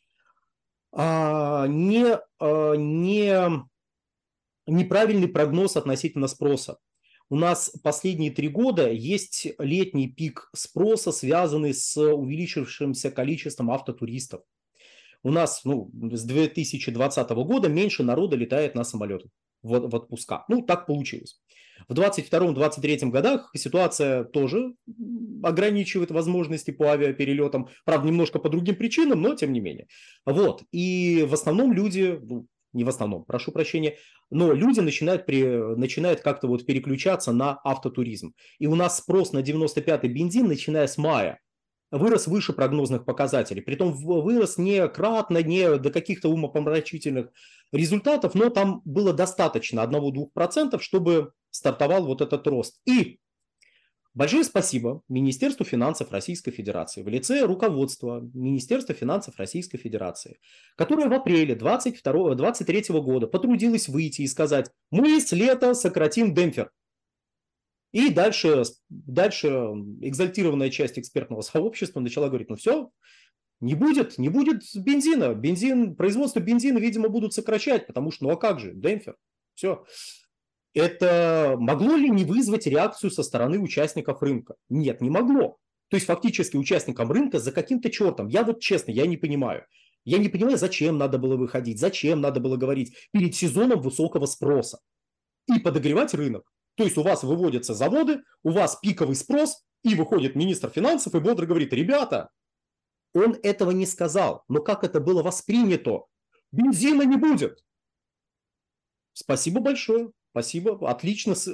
А, не, а, не, неправильный прогноз относительно спроса. У нас последние три года есть летний пик спроса, связанный с увеличившимся количеством автотуристов. У нас ну, с две тысячи двадцатого года меньше народа летает на самолетах в, в отпуска. Ну, так получилось. В двадцать втором — двадцать третьем годах ситуация тоже ограничивает возможности по авиаперелетам. Правда, немножко по другим причинам, но тем не менее. Вот. И в основном люди, ну, не в основном, прошу прощения, но люди начинают, при, начинают как-то вот переключаться на автотуризм. И у нас спрос на девяносто пятый бензин, начиная с мая, вырос выше прогнозных показателей. Притом вырос не кратно, не до каких-то умопомрачительных результатов, но там было достаточно одного-двух процентов, чтобы стартовал вот этот рост. И большое спасибо Министерству финансов Российской Федерации в лице руководства Министерства финансов Российской Федерации, которое в апреле двадцать второго — двадцать третьего года потрудилось выйти и сказать: мы с лета сократим демпфер. И дальше, дальше экзальтированная часть экспертного сообщества начала говорить: ну все, не будет, не будет бензина. Бензин, производство бензина, видимо, будут сокращать, потому что, ну а как же, демпфер, все. Это могло ли не вызвать реакцию со стороны участников рынка? Нет, не могло. То есть фактически участникам рынка за каким-то чертом, я вот честно, я не понимаю. Я не понимаю, зачем надо было выходить, зачем надо было говорить перед сезоном высокого спроса и подогревать рынок. То есть у вас выводятся заводы, у вас пиковый спрос, и выходит министр финансов и бодро говорит: ребята, он этого не сказал, но как это было воспринято? Бензина не будет. Спасибо большое. Спасибо, отлично,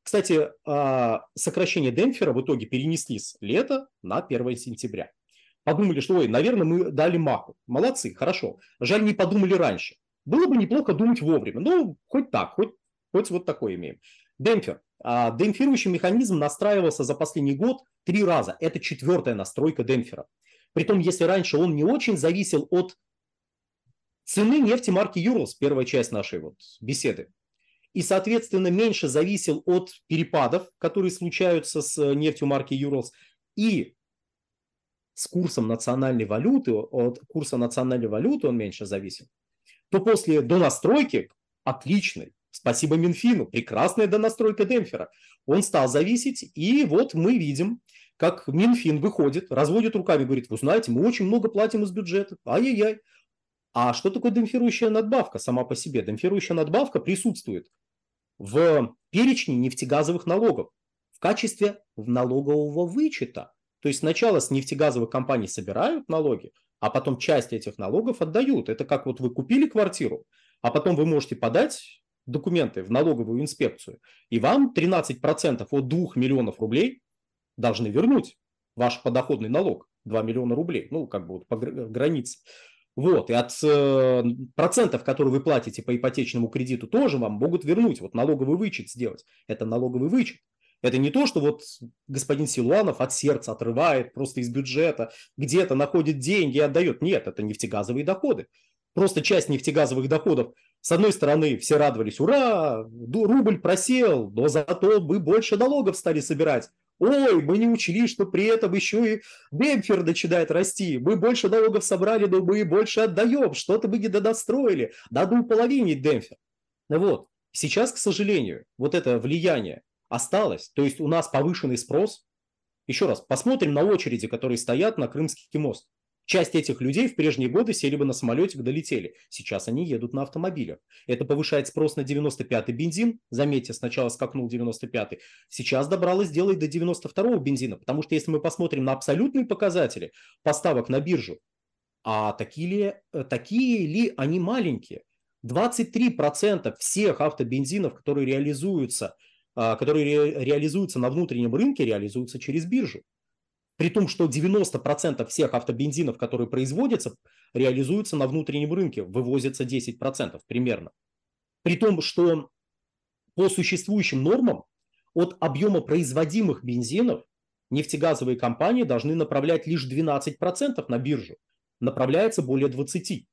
Кстати, сокращение демпфера в итоге перенесли с лета на первое сентября. Подумали, что, ой, наверное, мы дали маху. Молодцы, хорошо. Жаль, не подумали раньше. Было бы неплохо думать вовремя. Ну, хоть так, хоть, хоть вот такое имеем. Демпфер. Демпфирующий механизм настраивался за последний год три раза. Это четвертая настройка демпфера. Притом, если раньше он не очень зависел от цены нефти марки Юрлс, первая часть нашей вот беседы, и, соответственно, меньше зависел от перепадов, которые случаются с нефтью марки Юрлс, и с курсом национальной валюты, от курса национальной валюты он меньше зависел, то после донастройки, отличной, спасибо Минфину, прекрасная донастройка демпфера, он стал зависеть, и вот мы видим, как Минфин выходит, разводит руками, говорит, вы знаете, мы очень много платим из бюджета, ай-яй-яй. А что такое демпфирующая надбавка сама по себе? Демпфирующая надбавка присутствует в перечне нефтегазовых налогов в качестве налогового вычета. То есть сначала с нефтегазовых компаний собирают налоги, а потом часть этих налогов отдают. Это как вот вы купили квартиру, а потом вы можете подать документы в налоговую инспекцию, и вам тринадцать процентов от двух миллионов рублей должны вернуть ваш подоходный налог, два миллиона рублей, ну как бы вот по границе. Вот, и от э, процентов, которые вы платите по ипотечному кредиту, тоже вам могут вернуть, вот налоговый вычет сделать. Это налоговый вычет. Это не то, что вот господин Силуанов от сердца отрывает просто из бюджета, где-то находит деньги и отдает. Нет, это нефтегазовые доходы. Просто часть нефтегазовых доходов, с одной стороны, все радовались, ура, рубль просел, но зато мы больше налогов стали собирать. Ой, мы не учли, что при этом еще и демпфер начинает расти. Мы больше налогов собрали, но мы больше отдаем. Что-то мы не донастроили. Надо уполовинить демпфер. Вот. Сейчас, к сожалению, вот это влияние осталось. То есть у нас повышенный спрос. Еще раз, посмотрим на очереди, которые стоят на Крымский мост. Часть этих людей в прежние годы сели бы на самолете, долетели. Сейчас они едут на автомобилях. Это повышает спрос на девяносто пятый бензин. Заметьте, сначала скакнул девяносто пятый. Сейчас добралось дело и до девяносто второго бензина. Потому что если мы посмотрим на абсолютные показатели поставок на биржу, а такие ли, такие ли они маленькие? двадцать три процента всех автобензинов, которые реализуются, которые ре, реализуются на внутреннем рынке, реализуются через биржу. При том, что девяносто процентов всех автобензинов, которые производятся, реализуются на внутреннем рынке, вывозятся десять процентов примерно. При том, что по существующим нормам от объема производимых бензинов нефтегазовые компании должны направлять лишь двенадцать процентов на биржу. Направляется более двадцать процентов.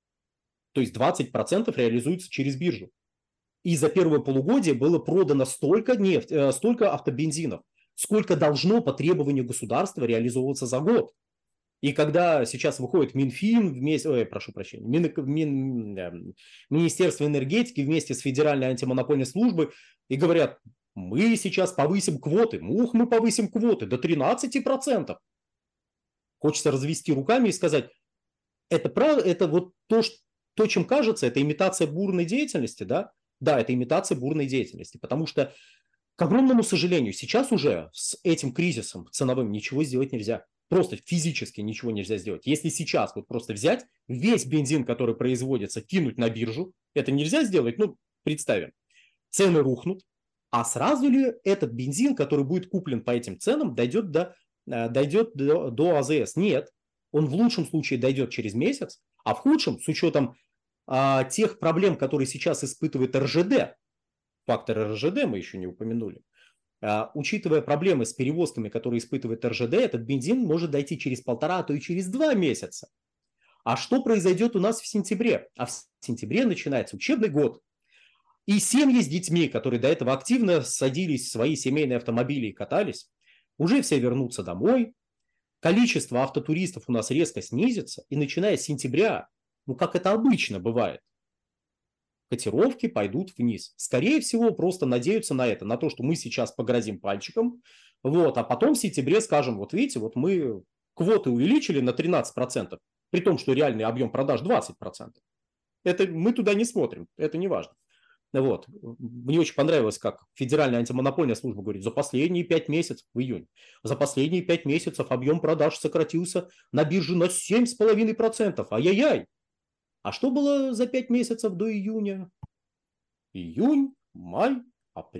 То есть двадцать процентов реализуется через биржу. И за первое полугодие было продано столько, нефть, столько автобензинов, сколько должно по требованию государства реализовываться за год. И когда сейчас выходит Минфин вместе, ой, прошу прощения, Мин, Мин, Министерство энергетики вместе с Федеральной антимонопольной службой и говорят, мы сейчас повысим квоты, ух, мы повысим квоты до тринадцати процентов. Хочется развести руками и сказать, это, прав, это вот то, что, то, чем кажется, это имитация бурной деятельности, да? Да, это имитация бурной деятельности, потому что к огромному сожалению, сейчас уже с этим кризисом ценовым ничего сделать нельзя. Просто физически ничего нельзя сделать. Если сейчас вот просто взять весь бензин, который производится, кинуть на биржу, это нельзя сделать, ну, представим, цены рухнут, а сразу ли этот бензин, который будет куплен по этим ценам, дойдет до, дойдет до, до АЗС? Нет. Он в лучшем случае дойдет через месяц, а в худшем, с учетом а, тех проблем, которые сейчас испытывает эр жэ дэ, фактор эр жэ дэ мы еще не упомянули. А, учитывая проблемы с перевозками, которые испытывает эр жэ дэ, этот бензин может дойти через полтора, а то и через два месяца. А что произойдет у нас в сентябре? А в сентябре начинается учебный год. И семьи с детьми, которые до этого активно садились в свои семейные автомобили и катались, уже все вернутся домой. Количество автотуристов у нас резко снизится. И начиная с сентября, ну как это обычно бывает, котировки пойдут вниз. Скорее всего, просто надеются на это, на то, что мы сейчас погрозим пальчиком, вот, а потом в сентябре скажем, вот видите, вот мы квоты увеличили на тринадцать процентов, при том, что реальный объем продаж двадцать процентов. Это мы туда не смотрим, это не важно. Вот. Мне очень понравилось, как Федеральная антимонопольная служба говорит, за последние пять месяцев, в июне, за последние пять месяцев объем продаж сократился на бирже на семь целых пять десятых процента. Ай-яй-яй! А что было за пять месяцев до июня? Июнь, май, апрель,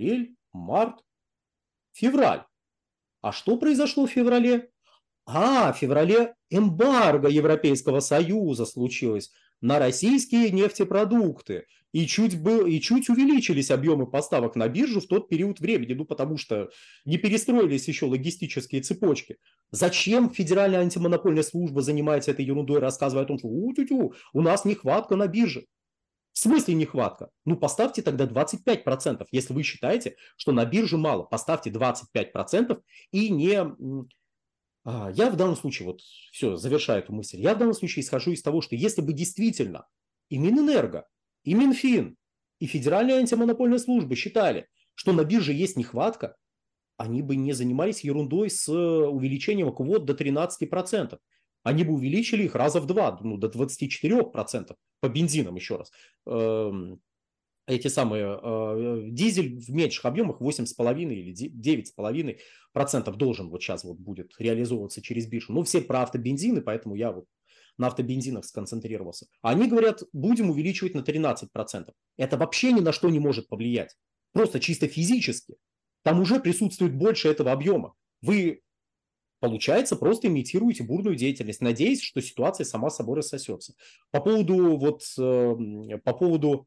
март, февраль. А что произошло в феврале? А, в феврале эмбарго Европейского Союза случилось на российские нефтепродукты. И чуть, был, и чуть увеличились объемы поставок на биржу в тот период времени, ну потому что не перестроились еще логистические цепочки. Зачем Федеральная антимонопольная служба занимается этой ерундой, рассказывая о том, что у-тю-тю, у нас нехватка на бирже? В смысле нехватка? Ну поставьте тогда двадцать пять процентов. Если вы считаете, что на бирже мало, поставьте двадцать пять процентов и не... Я в данном случае, вот все, завершаю эту мысль, я в данном случае исхожу из того, что если бы действительно и Минэнерго, и Минфин, и Федеральная антимонопольная служба считали, что на бирже есть нехватка, они бы не занимались ерундой с увеличением квот до тринадцати процентов. Они бы увеличили их раза в два, ну, до двадцати четырёх процентов по бензинам, еще раз. Эти самые э, дизель в меньших объемах восемь с половиной или девять с половиной процентов должен вот сейчас вот будет реализовываться через биржу. Ну, все про автобензины, поэтому я вот на автобензинах сконцентрировался. Они говорят, будем увеличивать на тринадцать процентов. Это вообще ни на что не может повлиять. Просто чисто физически. Там уже присутствует больше этого объема. Вы, получается, просто имитируете бурную деятельность, надеясь, что ситуация сама собой рассосется. По поводу вот, э, по поводу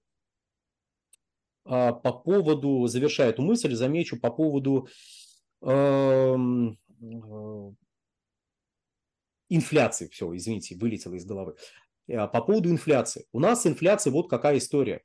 По поводу, завершая эту мысль, замечу по поводу э, э, инфляции. Все, извините, вылетело из головы. По поводу инфляции. У нас инфляция, вот какая история.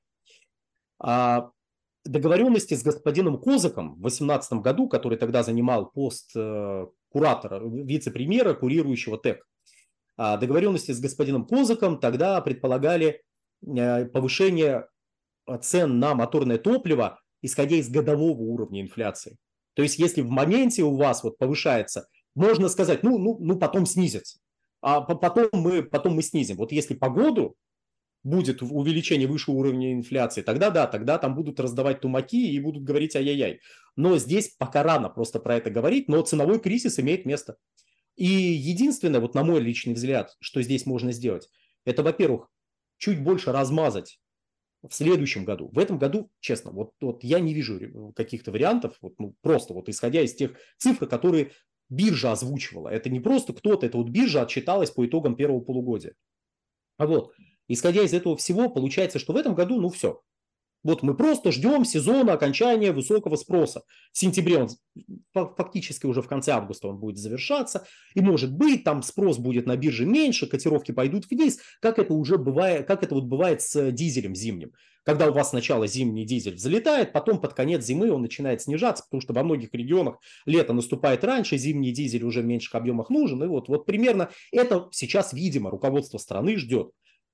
Договоренности с господином Козаком в две тысячи восемнадцатом году, который тогда занимал пост куратора, вице-премьера, курирующего ТЭК. Договоренности с господином Козаком тогда предполагали повышение цен на моторное топливо, исходя из годового уровня инфляции. То есть, если в моменте у вас вот повышается, можно сказать, ну, ну, ну потом снизится, а потом мы, потом мы снизим. Вот если по году будет увеличение выше уровня инфляции, тогда да, тогда там будут раздавать тумаки и будут говорить ай-яй-яй. Но здесь пока рано просто про это говорить, но ценовой кризис имеет место. И единственное, вот на мой личный взгляд, что здесь можно сделать, это, во-первых, чуть больше размазать в следующем году. В этом году, честно, вот, вот я не вижу каких-то вариантов, вот, ну, просто вот исходя из тех цифр, которые биржа озвучивала. Это не просто кто-то, это вот биржа отчиталась по итогам первого полугодия. А вот, исходя из этого всего, получается, что в этом году, ну все. Вот мы просто ждем сезона окончания высокого спроса. В сентябре он фактически уже в конце августа он будет завершаться. И может быть там спрос будет на бирже меньше, котировки пойдут вниз, как это уже бывает, как это вот бывает с дизелем зимним. Когда у вас сначала зимний дизель взлетает, потом под конец зимы он начинает снижаться, потому что во многих регионах лето наступает раньше, зимний дизель уже в меньших объемах нужен. И вот, вот примерно это сейчас, видимо, руководство страны ждет.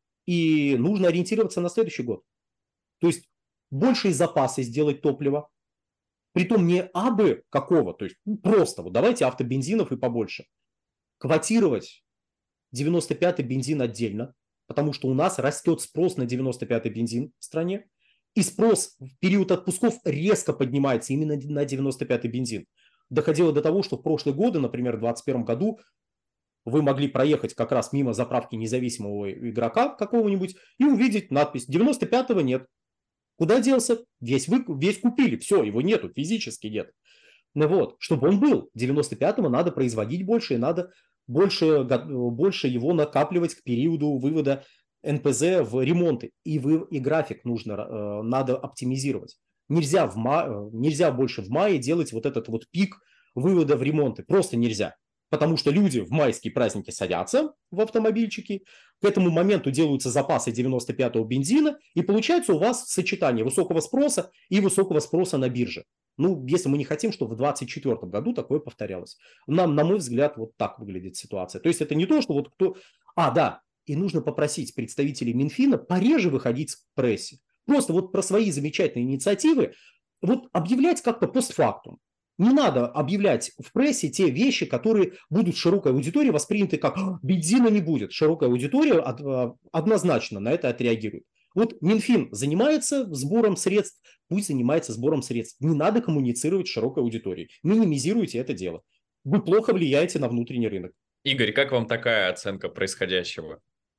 И нужно ориентироваться на следующий год. То есть большие запасы сделать топлива, притом не абы какого, то есть просто вот давайте автобензинов и побольше. Квотировать девяносто пятый бензин отдельно, потому что у нас растет спрос на девяносто пятый бензин в стране, и спрос в период отпусков резко поднимается именно на девяносто пятый бензин. Доходило до того, что в прошлые годы, например, в двадцать первом году, вы могли проехать как раз мимо заправки независимого игрока какого-нибудь и увидеть надпись девяносто пятого нет. Куда делся? Весь, вы, весь купили, все, его нету, физически нет. Ну вот, чтобы он был, девяносто пятого надо производить больше, и надо больше, больше его накапливать к периоду вывода эн пэ зэ в ремонты. И, вы, и график нужно, надо оптимизировать. Нельзя, в ма, нельзя больше в мае делать вот этот вот пик вывода в ремонты, просто нельзя. Потому что люди в майские праздники садятся в автомобильчики, к этому моменту делаются запасы девяносто пятого бензина, и получается у вас сочетание высокого спроса и высокого спроса на бирже. Ну, если мы не хотим, чтобы в двадцать четвёртом году такое повторялось. Нам, на мой взгляд, вот так выглядит ситуация. То есть это не то, что вот кто... А, да, и нужно попросить представителей Минфина пореже выходить в прессе. Просто вот про свои замечательные инициативы вот объявлять как-то постфактум. Не надо объявлять в прессе те вещи, которые будут широкой аудитории восприняты как «бензина не будет». Широкая аудитория однозначно на это отреагирует. Вот Минфин занимается сбором средств, пусть занимается сбором средств. Не надо коммуницировать с широкой аудиторией. Минимизируйте это дело. Вы плохо влияете на внутренний рынок. Игорь, как вам такая оценка происходящего?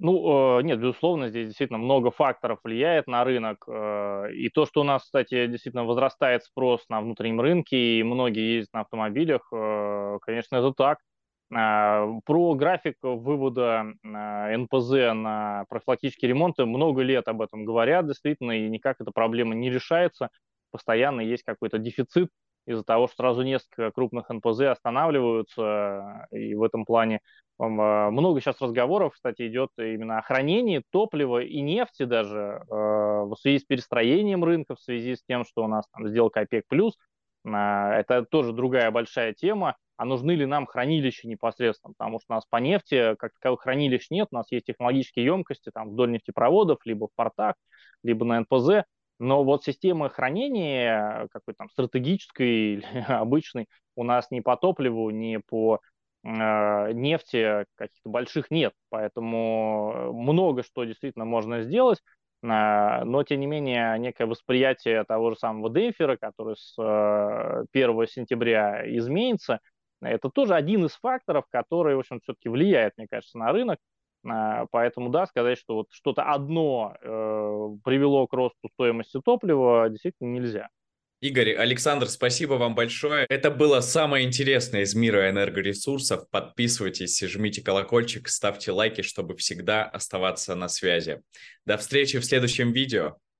Ну, э, нет, безусловно, здесь действительно много факторов влияет на рынок. э, И то, что у нас, кстати, действительно возрастает спрос на внутреннем рынке, и многие ездят на автомобилях, э, конечно, это так. А, Про график вывода а, эн пэ зэ на профилактические ремонты много лет об этом говорят, действительно, и никак эта проблема не решается. Постоянно есть какой-то дефицит из-за того, что сразу несколько крупных эн пэ зэ останавливаются, и в этом плане Ам, а, много сейчас разговоров, кстати, идет именно о хранении топлива и нефти даже э, в связи с перестроением рынка, в связи с тем, что у нас там сделка ОПЕК+. А, Это тоже другая большая тема. А нужны ли нам хранилища непосредственно? Потому что у нас по нефти как таковых хранилищ нет, у нас есть технологические емкости там вдоль нефтепроводов, либо в портах, либо на эн пэ зэ. Но вот системы хранения какой-то там стратегической или обычной у нас ни по топливу, ни по э, нефти каких-то больших нет, поэтому много что действительно можно сделать, а, но тем не менее некое восприятие того же самого демпфера, который с э, первого сентября изменится, это тоже один из факторов, который, в общем, все-таки влияет, мне кажется, на рынок. А, Поэтому, да, сказать, что вот что-то одно э, привело к росту стоимости топлива, действительно нельзя. Игорь, Александр, спасибо вам большое. Это было самое интересное из мира энергоресурсов. Подписывайтесь, жмите колокольчик, ставьте лайки, чтобы всегда оставаться на связи. До встречи в следующем видео.